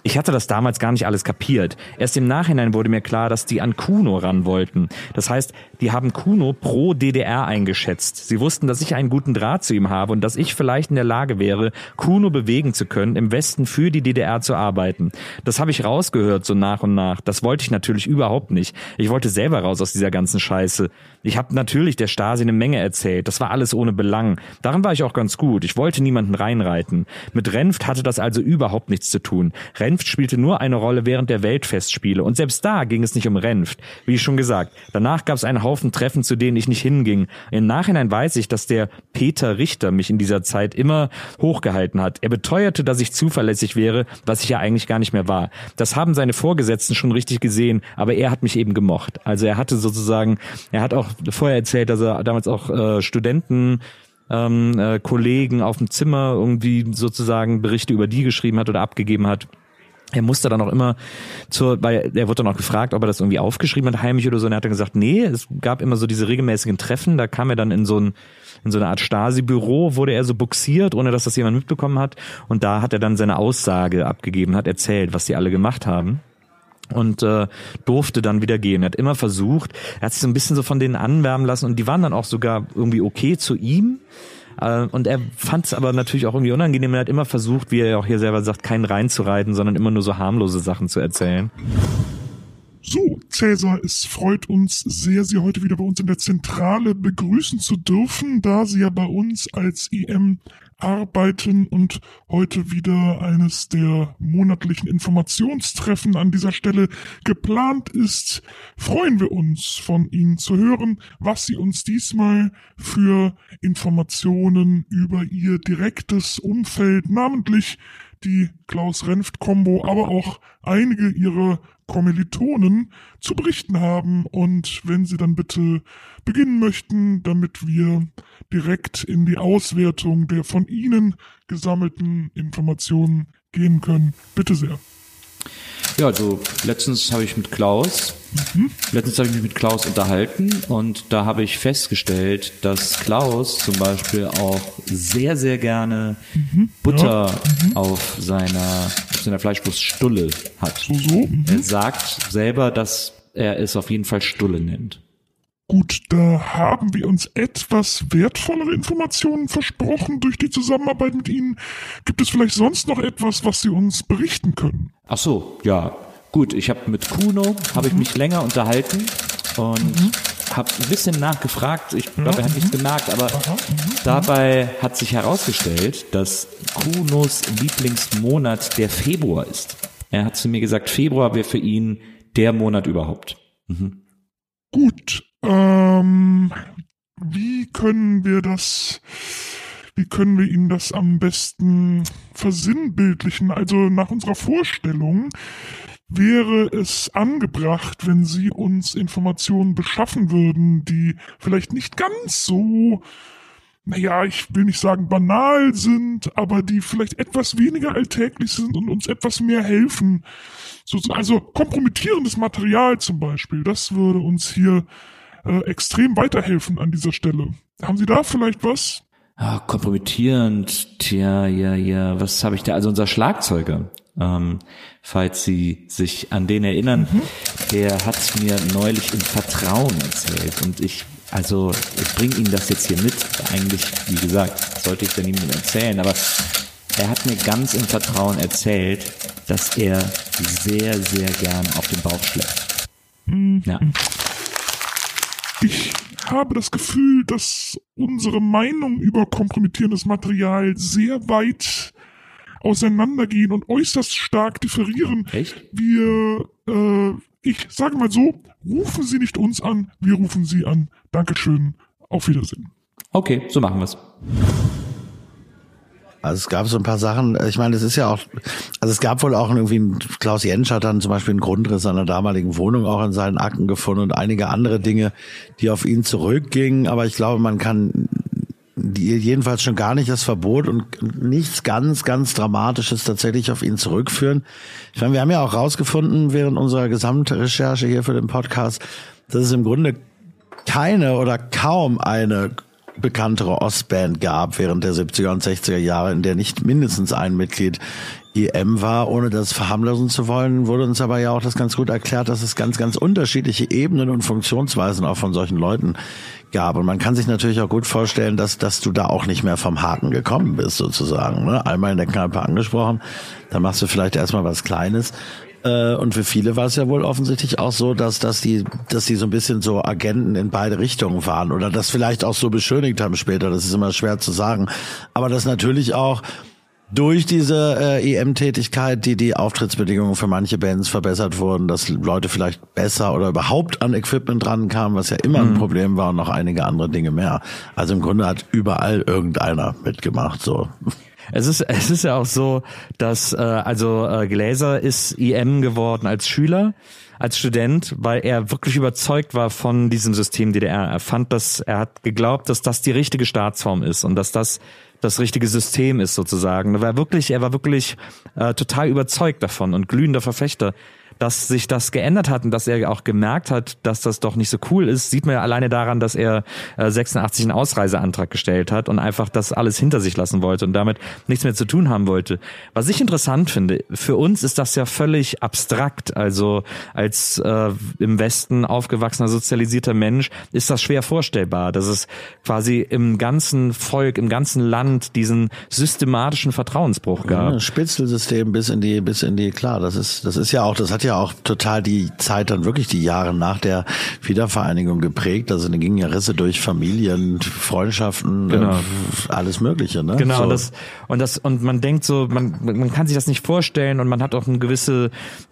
Ich hatte das damals gar nicht alles kapiert. Erst im Nachhinein wurde mir klar, dass die an Kuno ran wollten. Das heißt, die haben Kuno pro DDR eingeschätzt. Sie wussten, dass ich einen guten Draht zu ihm habe und dass ich vielleicht in der Lage wäre, Kuno bewegen zu können, im Westen für die DDR zu arbeiten. Das habe ich rausgehört so nach und nach. Das wollte ich natürlich überhaupt nicht. Ich wollte selber raus aus dieser ganzen Scheiße. Ich habe natürlich der Stasi eine Menge erzählt. Das war alles ohne Belang. Daran war ich auch ganz gut. Ich wollte niemanden reinreiten. Mit Renft hatte das also überhaupt nichts zu tun. Renft spielte nur eine Rolle während der Weltfestspiele. Und selbst da ging es nicht um Renft. Wie schon gesagt, danach gab es einen Haufen Treffen, zu denen ich nicht hinging. Im Nachhinein weiß ich, dass der Peter Richter mich in dieser Zeit immer hochgehalten hat. Er beteuerte, dass ich zuverlässig wäre, was ich ja eigentlich gar nicht mehr war. Das haben seine Vorgesetzten schon richtig gesehen, aber er hat mich eben gemocht. Also er hatte sozusagen, er hat auch vorher erzählt, dass er damals auch Studenten Kollegen auf dem Zimmer irgendwie sozusagen Berichte über die geschrieben hat oder abgegeben hat. Er musste dann auch immer weil er wurde dann auch gefragt, ob er das irgendwie aufgeschrieben hat, heimlich oder so. Und er hat dann gesagt, nee, es gab immer so diese regelmäßigen Treffen. Da kam er dann in so eine Art Stasi-Büro, wurde er so buxiert, ohne dass das jemand mitbekommen hat. Und da hat er dann seine Aussage abgegeben, hat erzählt, was die alle gemacht haben. Und durfte dann wieder gehen. Er hat immer versucht, er hat sich so ein bisschen so von denen anwärmen lassen und die waren dann auch sogar irgendwie okay zu ihm. Und er fand es aber natürlich auch irgendwie unangenehm. Er hat immer versucht, wie er auch hier selber sagt, keinen reinzureiten, sondern immer nur so harmlose Sachen zu erzählen. So, Cäsar, es freut uns sehr, Sie heute wieder bei uns in der Zentrale begrüßen zu dürfen, da Sie ja bei uns als EM arbeiten und heute wieder eines der monatlichen Informationstreffen an dieser Stelle geplant ist, freuen wir uns, von Ihnen zu hören, was Sie uns diesmal für Informationen über Ihr direktes Umfeld, namentlich die Klaus-Renft-Kombo, aber auch einige Ihrer Kommilitonen zu berichten haben. Und wenn Sie dann bitte beginnen möchten, damit wir direkt in die Auswertung der von Ihnen gesammelten Informationen gehen können. Bitte sehr. Ja, also letztens habe ich mich mit Klaus unterhalten und da habe ich festgestellt, dass Klaus zum Beispiel auch sehr, sehr gerne Butter auf seiner Fleischwurststulle hat. Er sagt selber, dass er es auf jeden Fall Stulle nennt. Gut, da haben wir uns etwas wertvollere Informationen versprochen durch die Zusammenarbeit mit Ihnen. Gibt es vielleicht sonst noch etwas, was Sie uns berichten können? Ach so, ja. Gut, ich habe mit Kuno mich länger unterhalten und habe ein bisschen nachgefragt. Ich glaube, er hat nichts gemerkt, aber dabei hat sich herausgestellt, dass Kunos Lieblingsmonat der Februar ist. Er hat zu mir gesagt, Februar wäre für ihn der Monat überhaupt. Gut, wie können wir Ihnen das am besten versinnbildlichen? Also nach unserer Vorstellung wäre es angebracht, wenn Sie uns Informationen beschaffen würden, die vielleicht nicht ganz so, ich will nicht sagen banal sind, aber die vielleicht etwas weniger alltäglich sind und uns etwas mehr helfen. Also kompromittierendes Material zum Beispiel, das würde uns hier extrem weiterhelfen an dieser Stelle. Haben Sie da vielleicht was? Ah, kompromittierend, ja, was habe ich da? Also unser Schlagzeuger, falls Sie sich an den erinnern, der hat mir neulich im Vertrauen erzählt und ich bringe Ihnen das jetzt hier mit. Eigentlich, wie gesagt, sollte ich da niemandem erzählen, aber er hat mir ganz im Vertrauen erzählt, dass er sehr, sehr gern auf den Bauch schlägt. Ja. Ich habe das Gefühl, dass unsere Meinungen über kompromittierendes Material sehr weit auseinandergehen und äußerst stark differieren. Echt? Ich sage mal so, rufen Sie nicht uns an, wir rufen Sie an. Dankeschön, auf Wiedersehen. Okay, so machen wir's. Also es gab so ein paar Sachen, ich meine, es gab wohl auch irgendwie, Klaus Jentsch hat dann zum Beispiel einen Grundriss seiner damaligen Wohnung auch in seinen Akten gefunden und einige andere Dinge, die auf ihn zurückgingen, aber ich glaube, man kann jedenfalls schon gar nicht das Verbot und nichts ganz, ganz Dramatisches tatsächlich auf ihn zurückführen. Ich meine, wir haben ja auch rausgefunden während unserer Gesamtrecherche hier für den Podcast, dass es im Grunde keine oder kaum eine bekanntere Ostband gab während der 70er und 60er Jahre, in der nicht mindestens ein Mitglied IM war. Ohne das verharmlosen zu wollen, wurde uns aber ja auch das ganz gut erklärt, dass es ganz, ganz unterschiedliche Ebenen und Funktionsweisen auch von solchen Leuten gab. Und man kann sich natürlich auch gut vorstellen, dass du da auch nicht mehr vom Haken gekommen bist, sozusagen. Ne? Einmal in der Kneipe angesprochen, dann machst du vielleicht erstmal was Kleines. Und für viele war es ja wohl offensichtlich auch so, dass die so ein bisschen so Agenten in beide Richtungen waren oder das vielleicht auch so beschönigt haben später. Das ist immer schwer zu sagen. Aber das natürlich auch durch diese EM-Tätigkeit, die Auftrittsbedingungen für manche Bands verbessert wurden, dass Leute vielleicht besser oder überhaupt an Equipment rankamen, was ja immer ein Problem war, und noch einige andere Dinge mehr. Also im Grunde hat überall irgendeiner mitgemacht, so. Es ist ja auch so, dass Glaser ist IM geworden als Schüler, als Student, weil er wirklich überzeugt war von diesem System DDR. Er hat geglaubt, dass das die richtige Staatsform ist und dass das richtige System ist sozusagen. Er war wirklich total überzeugt davon und glühender Verfechter. Dass sich das geändert hat und dass er auch gemerkt hat, dass das doch nicht so cool ist, sieht man ja alleine daran, dass er 86 einen Ausreiseantrag gestellt hat und einfach das alles hinter sich lassen wollte und damit nichts mehr zu tun haben wollte. Was ich interessant finde, für uns ist das ja völlig abstrakt. Also als im Westen aufgewachsener, sozialisierter Mensch ist das schwer vorstellbar, dass es quasi im ganzen Volk, im ganzen Land diesen systematischen Vertrauensbruch gab. Ja, Spitzelsystem bis in die, klar, das ist ja auch, das hat ja auch total die Zeit dann wirklich die Jahre nach der Wiedervereinigung geprägt. Also da gingen ja Risse durch Familien, Freundschaften, genau. Alles Mögliche, ne? Genau, so. und man denkt so, man kann sich das nicht vorstellen und man hat auch eine gewisse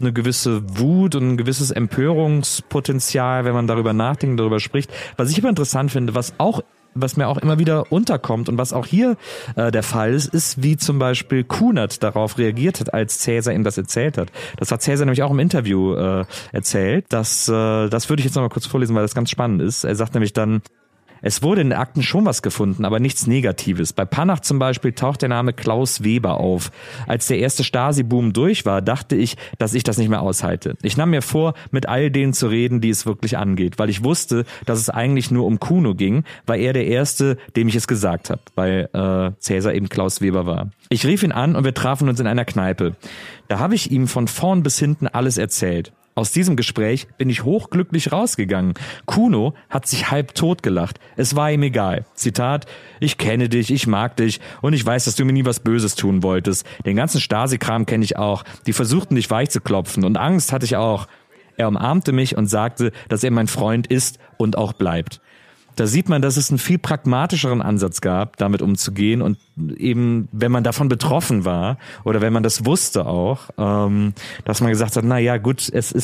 Wut und ein gewisses Empörungspotenzial, wenn man darüber nachdenkt, darüber spricht. Was ich aber interessant finde, was mir auch immer wieder unterkommt und was auch hier der Fall ist, wie zum Beispiel Kunert darauf reagiert hat, als Cäsar ihm das erzählt hat. Das hat Cäsar nämlich auch im Interview erzählt. Das würde ich jetzt noch mal kurz vorlesen, weil das ganz spannend ist. Er sagt nämlich dann: Es wurde in den Akten schon was gefunden, aber nichts Negatives. Bei Panach zum Beispiel taucht der Name Klaus Weber auf. Als der erste Stasi-Boom durch war, dachte ich, dass ich das nicht mehr aushalte. Ich nahm mir vor, mit all denen zu reden, die es wirklich angeht, weil ich wusste, dass es eigentlich nur um Kuno ging, war er der Erste, dem ich es gesagt habe, weil Cäsar eben Klaus Weber war. Ich rief ihn an und wir trafen uns in einer Kneipe. Da habe ich ihm von vorn bis hinten alles erzählt. Aus diesem Gespräch bin ich hochglücklich rausgegangen. Kuno hat sich halb tot gelacht. Es war ihm egal. Zitat: Ich kenne dich, ich mag dich und ich weiß, dass du mir nie was Böses tun wolltest. Den ganzen Stasi-Kram kenne ich auch. Die versuchten, dich weich zu klopfen und Angst hatte ich auch. Er umarmte mich und sagte, dass er mein Freund ist und auch bleibt. Da sieht man, dass es einen viel pragmatischeren Ansatz gab, damit umzugehen und eben, wenn man davon betroffen war oder wenn man das wusste auch, dass man gesagt hat, na ja, gut, es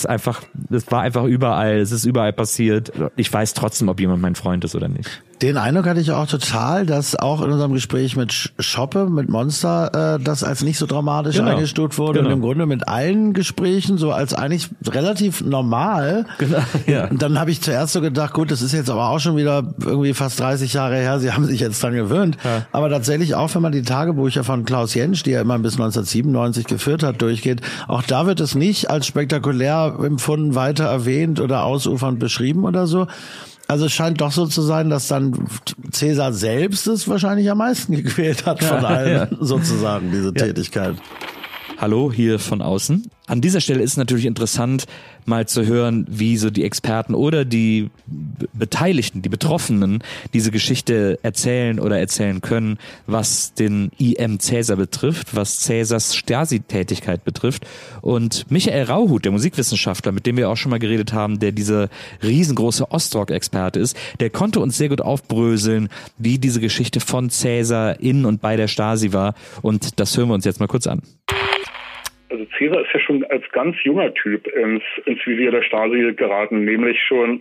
war einfach überall, es ist überall passiert. Ich weiß trotzdem, ob jemand mein Freund ist oder nicht. Den Eindruck hatte ich auch total, dass auch in unserem Gespräch mit Schoppe, mit Monster, das als nicht so dramatisch eingestuft wurde und im Grunde mit allen Gesprächen so als eigentlich relativ normal. Genau, ja. Und dann habe ich zuerst so gedacht, gut, das ist jetzt aber auch schon wieder irgendwie fast 30 Jahre her, sie haben sich jetzt dran gewöhnt. Ja. Aber tatsächlich auch, wenn man die Tagebücher von Klaus Jentsch, die er immer bis 1997 geführt hat, durchgeht, auch da wird es nicht als spektakulär empfunden, weiter erwähnt oder ausufernd beschrieben oder so. Also es scheint doch so zu sein, dass dann Cäsar selbst es wahrscheinlich am meisten gequält hat von allen, sozusagen, diese Tätigkeit. Hallo, hier von außen. An dieser Stelle ist natürlich interessant, mal zu hören, wie so die Experten oder die Beteiligten, die Betroffenen diese Geschichte erzählen oder erzählen können, was den IM Cäsar betrifft, was Cäsars Stasi-Tätigkeit betrifft. Und Michael Rauhut, der Musikwissenschaftler, mit dem wir auch schon mal geredet haben, der dieser riesengroße Ostrock-Experte ist, der konnte uns sehr gut aufbröseln, wie diese Geschichte von Cäsar in und bei der Stasi war. Und das hören wir uns jetzt mal kurz an. Also Cäsar ist ja schon als ganz junger Typ ins Visier der Stasi geraten, nämlich schon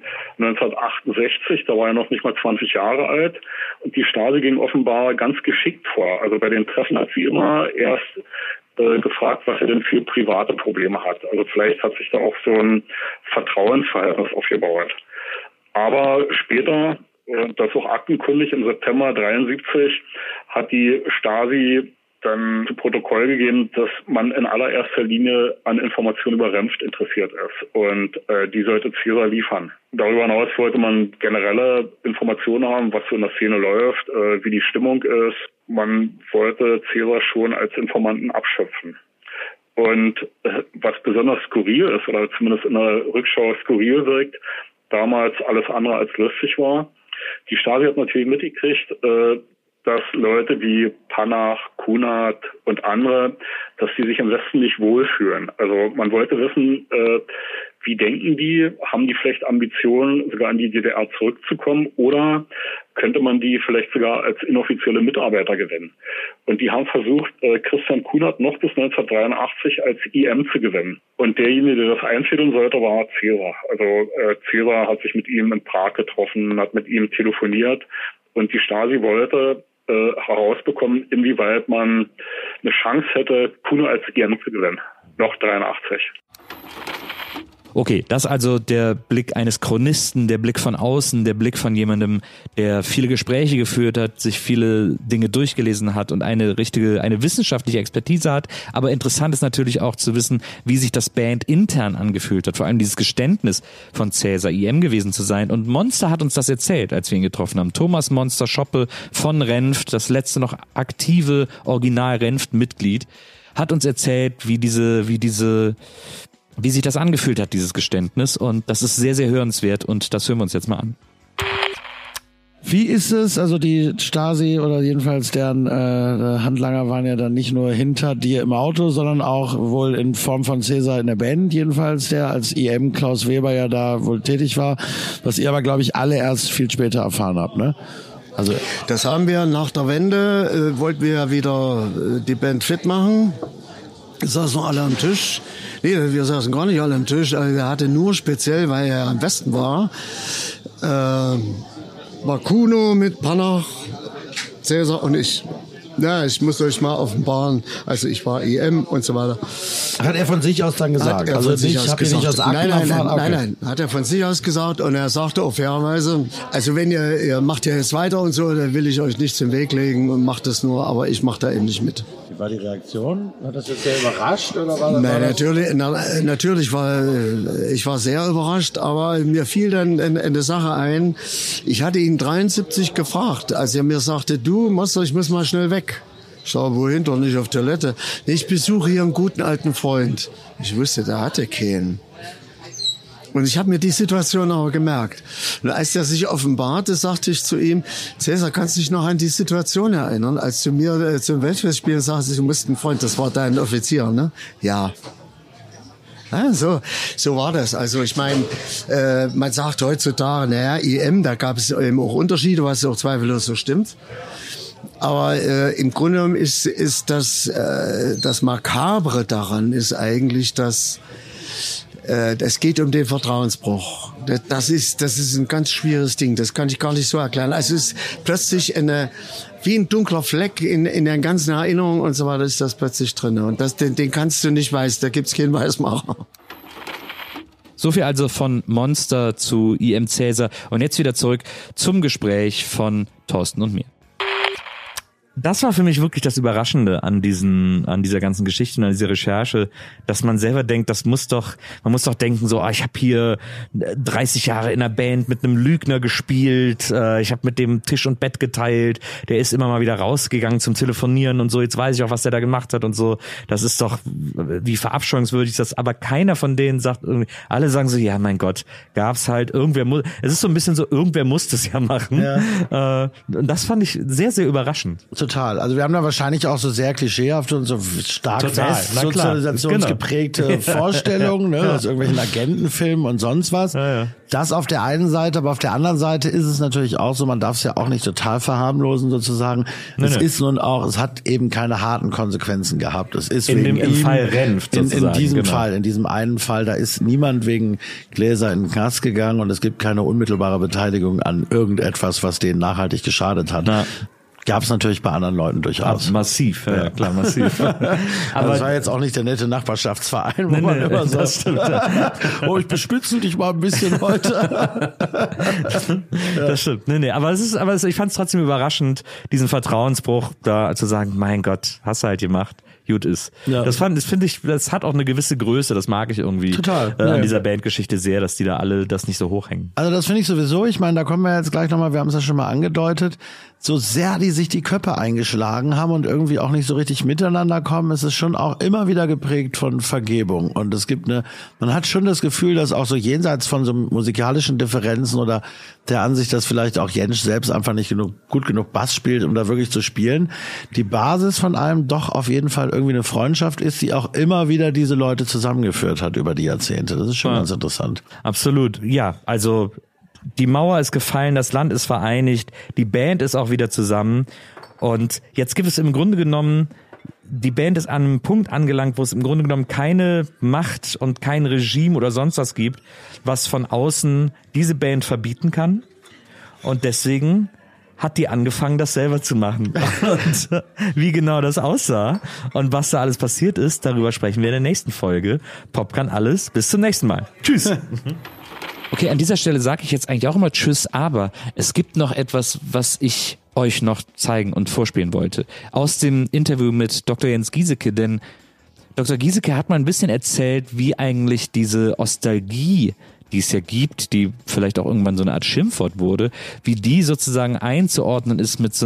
1968, da war er noch nicht mal 20 Jahre alt. Und die Stasi ging offenbar ganz geschickt vor. Also bei den Treffen hat sie immer erst gefragt, was er denn für private Probleme hat. Also vielleicht hat sich da auch so ein Vertrauensverhältnis aufgebaut. Aber später, das ist auch aktenkundig, im September 1973 hat die Stasi dann zu Protokoll gegeben, dass man in allererster Linie an Informationen über Renft interessiert ist und die sollte Caesar liefern. Darüber hinaus wollte man generelle Informationen haben, was so in der Szene läuft, wie die Stimmung ist. Man wollte Caesar schon als Informanten abschöpfen. Und was besonders skurril ist, oder zumindest in der Rückschau skurril wirkt, damals alles andere als lustig war. Die Stasi hat natürlich mitgekriegt, dass Leute wie Panach, Kunert und andere, dass die sich im Westen nicht wohlfühlen. Also man wollte wissen, wie denken die? Haben die vielleicht Ambitionen, sogar an die DDR zurückzukommen? Oder könnte man die vielleicht sogar als inoffizielle Mitarbeiter gewinnen? Und die haben versucht, Christian Kunert noch bis 1983 als IM zu gewinnen. Und derjenige, der das einfädeln sollte, war Caesar. Also Caesar hat sich mit ihm in Prag getroffen, hat mit ihm telefoniert. Und die Stasi wollte herausbekommen, inwieweit man eine Chance hätte, Kuno als IM zu gewinnen. Noch 83. Okay, das also der Blick eines Chronisten, der Blick von außen, der Blick von jemandem, der viele Gespräche geführt hat, sich viele Dinge durchgelesen hat und eine wissenschaftliche Expertise hat. Aber interessant ist natürlich auch zu wissen, wie sich das Band intern angefühlt hat. Vor allem dieses Geständnis von Caesar, IM gewesen zu sein. Und Monster hat uns das erzählt, als wir ihn getroffen haben. Thomas Monster Schoppe von Renft, das letzte noch aktive Original-Renft-Mitglied, hat uns erzählt, wie sich das angefühlt hat, dieses Geständnis. Und das ist sehr, sehr hörenswert und das hören wir uns jetzt mal an. Wie ist es, also die Stasi oder jedenfalls deren Handlanger waren ja dann nicht nur hinter dir im Auto, sondern auch wohl in Form von Caesar in der Band jedenfalls, der als IM Klaus Weber ja da wohl tätig war, was ihr aber, glaube ich, alle erst viel später erfahren habt, ne? Also das haben wir nach der Wende, wollten wir ja wieder die Band fit machen. Saßen alle am Tisch. Nee, wir saßen gar nicht alle am Tisch. Also er hatte nur speziell, weil er am Westen war Kuno mit Panach, Caesar und ich. Ja, ich muss euch mal offenbaren. Also ich war EM und so weiter. Hat er von sich aus dann gesagt? Also nicht aus Akten erfahren? Nein, hat er von sich aus gesagt. Und er sagte auch fairerweise, also wenn ihr macht ja jetzt weiter und so, dann will ich euch nichts im Weg legen und macht das nur, aber ich mache da eben nicht mit. Wie war die Reaktion? Hat das jetzt sehr überrascht? Oder war das? Nein, natürlich ich war sehr überrascht, aber mir fiel dann eine Sache ein. Ich hatte ihn 73 gefragt, als er mir sagte, du Monster, ich muss mal schnell weg. Ich sage, wohin? Doch nicht auf Toilette. Ich besuche hier einen guten alten Freund. Ich wusste, der hatte keinen. Und ich habe mir die Situation aber gemerkt. Und als er sich offenbarte, sagte ich zu ihm, Caesar, kannst du dich noch an die Situation erinnern, als du mir zum Weltfestspielen sagst, du musst einen Freund, das war dein Offizier, ne? Ja. Ja, so war das. Also ich meine, man sagt heutzutage, naja, IM, da gab es eben auch Unterschiede, was auch zweifellos so stimmt. Aber im Grunde genommen ist das Makabre daran ist eigentlich, dass es geht um den Vertrauensbruch. Das ist ein ganz schwieriges Ding. Das kann ich gar nicht so erklären. Also es ist plötzlich wie ein dunkler Fleck in der ganzen Erinnerung und so weiter ist das plötzlich drin. Und den kannst du nicht da gibt's keinen Weißmacher. So viel also von Monster zu IM Caesar. Und jetzt wieder zurück zum Gespräch von Thorsten und mir. Das war für mich wirklich das Überraschende an dieser ganzen Geschichte und an dieser Recherche, dass man selber denkt, man muss doch denken, so, ich habe hier 30 Jahre in einer Band mit einem Lügner gespielt, ich habe mit dem Tisch und Bett geteilt, der ist immer mal wieder rausgegangen zum Telefonieren und so, jetzt weiß ich auch, was der da gemacht hat und so, das ist doch, wie verabscheuungswürdig ist das, aber keiner von denen sagt irgendwie, alle sagen so, ja, mein Gott, gab's halt, es ist so ein bisschen so, irgendwer muss das ja machen. Ja. Und das fand ich sehr, sehr überraschend. Total. Also wir haben da wahrscheinlich auch so sehr klischeehafte und so stark sozialisationsgeprägte Vorstellungen, ne, aus irgendwelchen Agentenfilmen und sonst was. Ja. Das auf der einen Seite, aber auf der anderen Seite ist es natürlich auch so, man darf es ja auch nicht total verharmlosen sozusagen. Es hat eben keine harten Konsequenzen gehabt. Es ist im Fall Renft sozusagen. In diesem Fall, in diesem einen Fall, da ist niemand wegen Gläser in den Knast gegangen und es gibt keine unmittelbare Beteiligung an irgendetwas, was denen nachhaltig geschadet hat. Na. Gab es natürlich bei anderen Leuten durchaus. Massiv, ja, klar, massiv. Aber das war jetzt auch nicht der nette Nachbarschaftsverein, wo man immer so, oh, ich bespitzel dich mal ein bisschen heute. Das stimmt. Nee, aber ich fand es trotzdem überraschend, diesen Vertrauensbruch da zu sagen, mein Gott, hast du halt gemacht. Gut ist. Ja. Das finde ich, das hat auch eine gewisse Größe, das mag ich irgendwie. Total. An dieser Bandgeschichte sehr, dass die da alle das nicht so hochhängen. Also das finde ich sowieso, ich meine, da kommen wir jetzt gleich nochmal, wir haben es ja schon mal angedeutet, so sehr die sich die Köpfe eingeschlagen haben und irgendwie auch nicht so richtig miteinander kommen, ist es schon auch immer wieder geprägt von Vergebung. Und es gibt man hat schon das Gefühl, dass auch so jenseits von so musikalischen Differenzen oder der Ansicht, dass vielleicht auch Jentsch selbst einfach nicht gut genug Bass spielt, um da wirklich zu spielen, die Basis von allem doch auf jeden Fall irgendwie eine Freundschaft ist, die auch immer wieder diese Leute zusammengeführt hat über die Jahrzehnte. Das ist schon ganz interessant. Absolut. Ja, also die Mauer ist gefallen, das Land ist vereinigt, die Band ist auch wieder zusammen und jetzt gibt es im Grunde genommen, die Band ist an einem Punkt angelangt, wo es im Grunde genommen keine Macht und kein Regime oder sonst was gibt, was von außen diese Band verbieten kann und deswegen hat die angefangen, das selber zu machen. Und wie genau das aussah und was da alles passiert ist, darüber sprechen wir in der nächsten Folge. Pop kann alles. Bis zum nächsten Mal. Tschüss. Okay, an dieser Stelle sage ich jetzt eigentlich auch immer Tschüss, aber es gibt noch etwas, was ich euch noch zeigen und vorspielen wollte. Aus dem Interview mit Dr. Jens Giesecke, denn Dr. Giesecke hat mal ein bisschen erzählt, wie eigentlich diese Nostalgie, die es ja gibt, die vielleicht auch irgendwann so eine Art Schimpfwort wurde, wie die sozusagen einzuordnen ist mit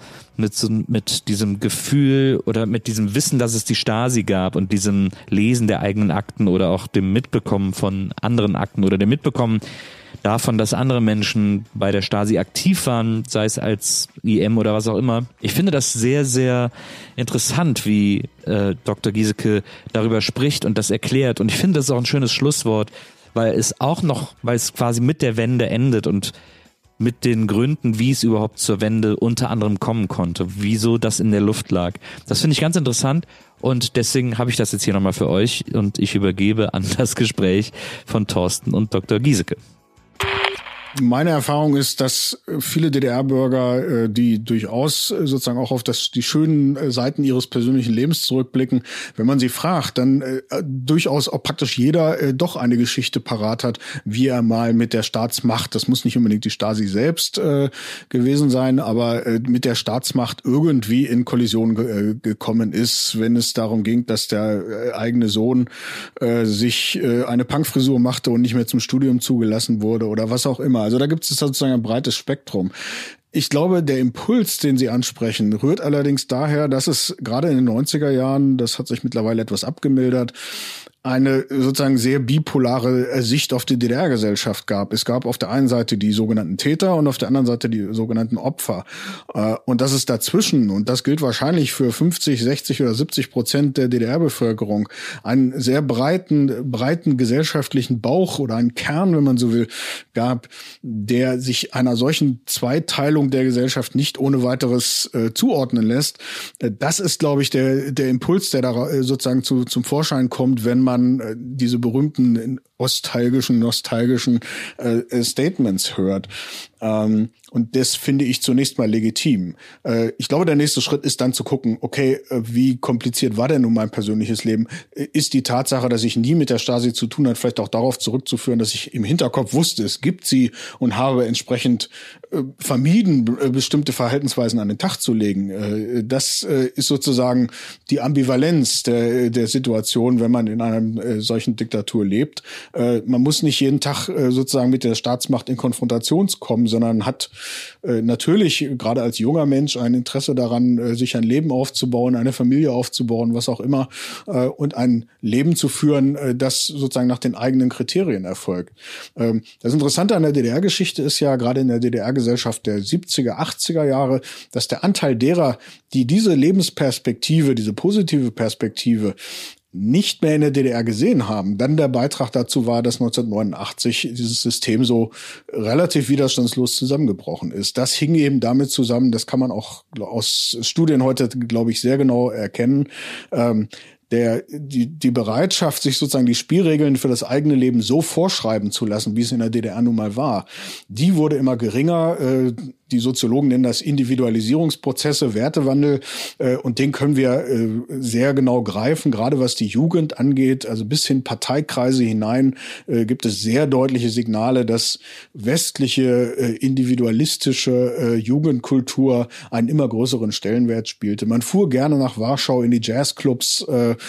diesem Gefühl oder mit diesem Wissen, dass es die Stasi gab und diesem Lesen der eigenen Akten oder auch dem Mitbekommen von anderen Akten oder dem Mitbekommen davon, dass andere Menschen bei der Stasi aktiv waren, sei es als IM oder was auch immer. Ich finde das sehr, sehr interessant, wie Dr. Giesecke darüber spricht und das erklärt. Und ich finde, das ist auch ein schönes Schlusswort, weil es quasi mit der Wende endet und mit den Gründen, wie es überhaupt zur Wende unter anderem kommen konnte, wieso das in der Luft lag. Das finde ich ganz interessant und deswegen habe ich das jetzt hier nochmal für euch und ich übergebe an das Gespräch von Thorsten und Dr. Giesecke. Meine Erfahrung ist, dass viele DDR-Bürger, die durchaus sozusagen auch auf die schönen Seiten ihres persönlichen Lebens zurückblicken, wenn man sie fragt, dann durchaus auch praktisch jeder doch eine Geschichte parat hat, wie er mal mit der Staatsmacht, das muss nicht unbedingt die Stasi selbst gewesen sein, aber mit der Staatsmacht irgendwie in Kollision gekommen ist, wenn es darum ging, dass der eigene Sohn sich eine Punkfrisur machte und nicht mehr zum Studium zugelassen wurde oder was auch immer. Also da gibt es sozusagen ein breites Spektrum. Ich glaube, der Impuls, den Sie ansprechen, rührt allerdings daher, dass es gerade in den 90er Jahren, das hat sich mittlerweile etwas abgemildert, eine sozusagen sehr bipolare Sicht auf die DDR-Gesellschaft gab. Es gab auf der einen Seite die sogenannten Täter und auf der anderen Seite die sogenannten Opfer. Und das ist dazwischen, und das gilt wahrscheinlich für 50, 60 oder 70% der DDR-Bevölkerung, einen sehr breiten gesellschaftlichen Bauch oder einen Kern, wenn man so will, gab, der sich einer solchen Zweiteilung der Gesellschaft nicht ohne weiteres zuordnen lässt. Das ist, glaube ich, der Impuls, der da sozusagen zum Vorschein kommt, wenn man diese berühmten nostalgischen Statements hört. Und das finde ich zunächst mal legitim. Ich glaube, der nächste Schritt ist dann zu gucken, okay, wie kompliziert war denn nun mein persönliches Leben? Ist die Tatsache, dass ich nie mit der Stasi zu tun hatte, vielleicht auch darauf zurückzuführen, dass ich im Hinterkopf wusste, es gibt sie und habe entsprechend vermieden, bestimmte Verhaltensweisen an den Tag zu legen. Das ist sozusagen die Ambivalenz der Situation, wenn man in einer solchen Diktatur lebt. Man muss nicht jeden Tag sozusagen mit der Staatsmacht in Konfrontation kommen, sondern hat natürlich gerade als junger Mensch ein Interesse daran, sich ein Leben aufzubauen, eine Familie aufzubauen, was auch immer, und ein Leben zu führen, das sozusagen nach den eigenen Kriterien erfolgt. Das Interessante an der DDR-Geschichte ist ja gerade in der DDR-Gesellschaft der 70er, 80er Jahre, dass der Anteil derer, die diese Lebensperspektive, diese positive Perspektive nicht mehr in der DDR gesehen haben, dann der Beitrag dazu war, dass 1989 dieses System so relativ widerstandslos zusammengebrochen ist. Das hing eben damit zusammen, das kann man auch aus Studien heute, glaube ich, sehr genau erkennen, die Bereitschaft, sich sozusagen die Spielregeln für das eigene Leben so vorschreiben zu lassen, wie es in der DDR nun mal war, die wurde immer geringer. die Soziologen nennen das Individualisierungsprozesse, Wertewandel, und den können wir sehr genau greifen, gerade was die Jugend angeht, also bis hin Parteikreise hinein gibt es sehr deutliche Signale, dass westliche individualistische Jugendkultur einen immer größeren Stellenwert spielte. Man fuhr gerne nach Warschau in die Jazzclubs,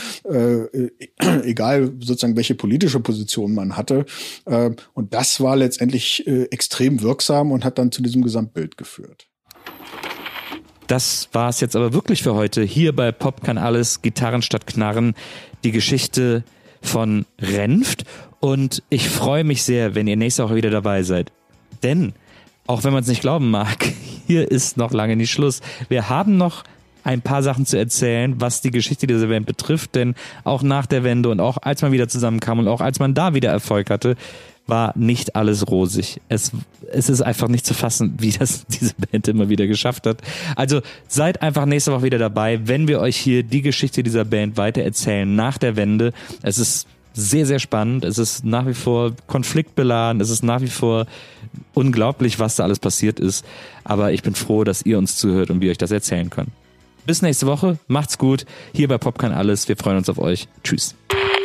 egal sozusagen welche politische Position man hatte, und das war letztendlich extrem wirksam und hat dann zu diesem Gesamtbild geführt. Das war es jetzt aber wirklich für heute. Hier bei Pop kann alles, Gitarren statt Knarren, die Geschichte von Renft. Und ich freue mich sehr, wenn ihr nächste Woche wieder dabei seid. Denn, auch wenn man es nicht glauben mag, hier ist noch lange nicht Schluss. Wir haben noch ein paar Sachen zu erzählen, was die Geschichte dieser Band betrifft. Denn auch nach der Wende und auch als man wieder zusammenkam und auch als man da wieder Erfolg hatte, war nicht alles rosig. Es ist einfach nicht zu fassen, wie das diese Band immer wieder geschafft hat. Also seid einfach nächste Woche wieder dabei, wenn wir euch hier die Geschichte dieser Band weiter erzählen nach der Wende. Es ist sehr, sehr spannend. Es ist nach wie vor konfliktbeladen. Es ist nach wie vor unglaublich, was da alles passiert ist. Aber ich bin froh, dass ihr uns zuhört und wir euch das erzählen können. Bis nächste Woche. Macht's gut. Hier bei Pop kann alles. Wir freuen uns auf euch. Tschüss.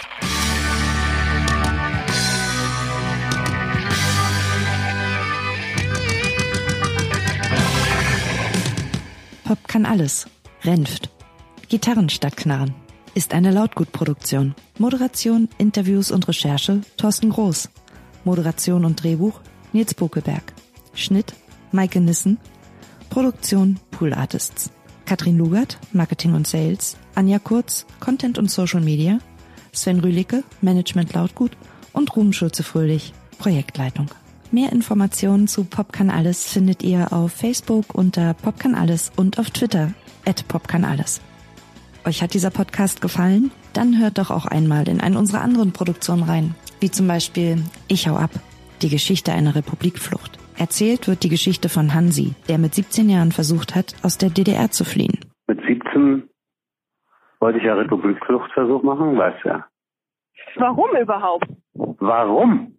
Pop kann alles. Renft. Gitarren statt Knarren. Ist eine Lautgut-Produktion. Moderation, Interviews und Recherche Thorsten Groß. Moderation und Drehbuch Nils Bokelberg. Schnitt Maike Nissen. Produktion Pool Artists. Katrin Lugert, Marketing und Sales. Anja Kurz, Content und Social Media. Sven Rühlicke, Management Lautgut. Und Ruben Schulze-Fröhlich, Projektleitung. Mehr Informationen zu Pop kann alles findet ihr auf Facebook unter Pop kann alles und auf Twitter @popkanalles. Euch hat dieser Podcast gefallen? Dann hört doch auch einmal in eine unserer anderen Produktionen rein, wie zum Beispiel Ich hau ab, die Geschichte einer Republikflucht. Erzählt wird die Geschichte von Hansi, der mit 17 Jahren versucht hat, aus der DDR zu fliehen. Mit 17 wollte ich ja Republikfluchtversuch machen, weißt du ja. Warum überhaupt? Warum?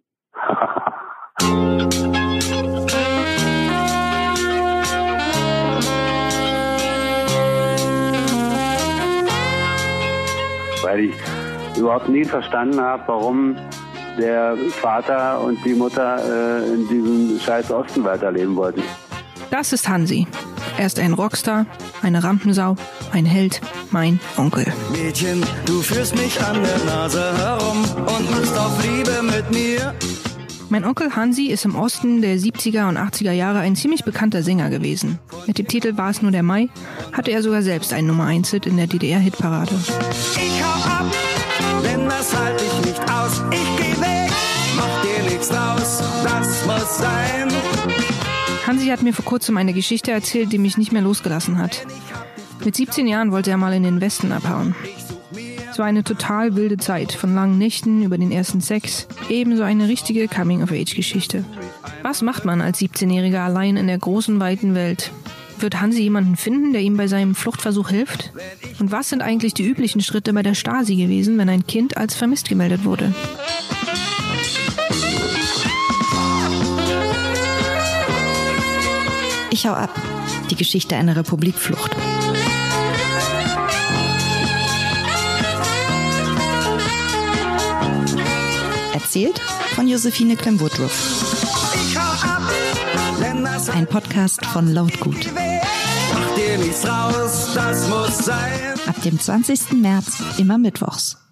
Weil ich überhaupt nie verstanden habe, warum der Vater und die Mutter in diesem scheiß Osten weiterleben wollten. Das ist Hansi. Er ist ein Rockstar, eine Rampensau, ein Held, mein Onkel. Mädchen, du führst mich an der Nase herum und machst auf Liebe mit mir. Mein Onkel Hansi ist im Osten der 70er und 80er Jahre ein ziemlich bekannter Sänger gewesen. Mit dem Titel War es nur der Mai hatte er sogar selbst einen Nummer-1-Hit in der DDR-Hitparade. Ich hau ab, denn das halte ich nicht aus. Ich geh weg, mach dir nichts draus, das muss sein. Hansi hat mir vor kurzem eine Geschichte erzählt, die mich nicht mehr losgelassen hat. Mit 17 Jahren wollte er mal in den Westen abhauen. Es war eine total wilde Zeit, von langen Nächten über den ersten Sex, ebenso eine richtige Coming-of-Age-Geschichte. Was macht man als 17-Jähriger allein in der großen, weiten Welt? Wird Hansi jemanden finden, der ihm bei seinem Fluchtversuch hilft? Und was sind eigentlich die üblichen Schritte bei der Stasi gewesen, wenn ein Kind als vermisst gemeldet wurde? Ich hau ab. Die Geschichte einer Republikflucht. Erzählt von Josephine Clem-Woodruff. Ein Podcast von Lautgut. Mach dir nichts raus, das muss sein. Ab dem 20. März immer mittwochs.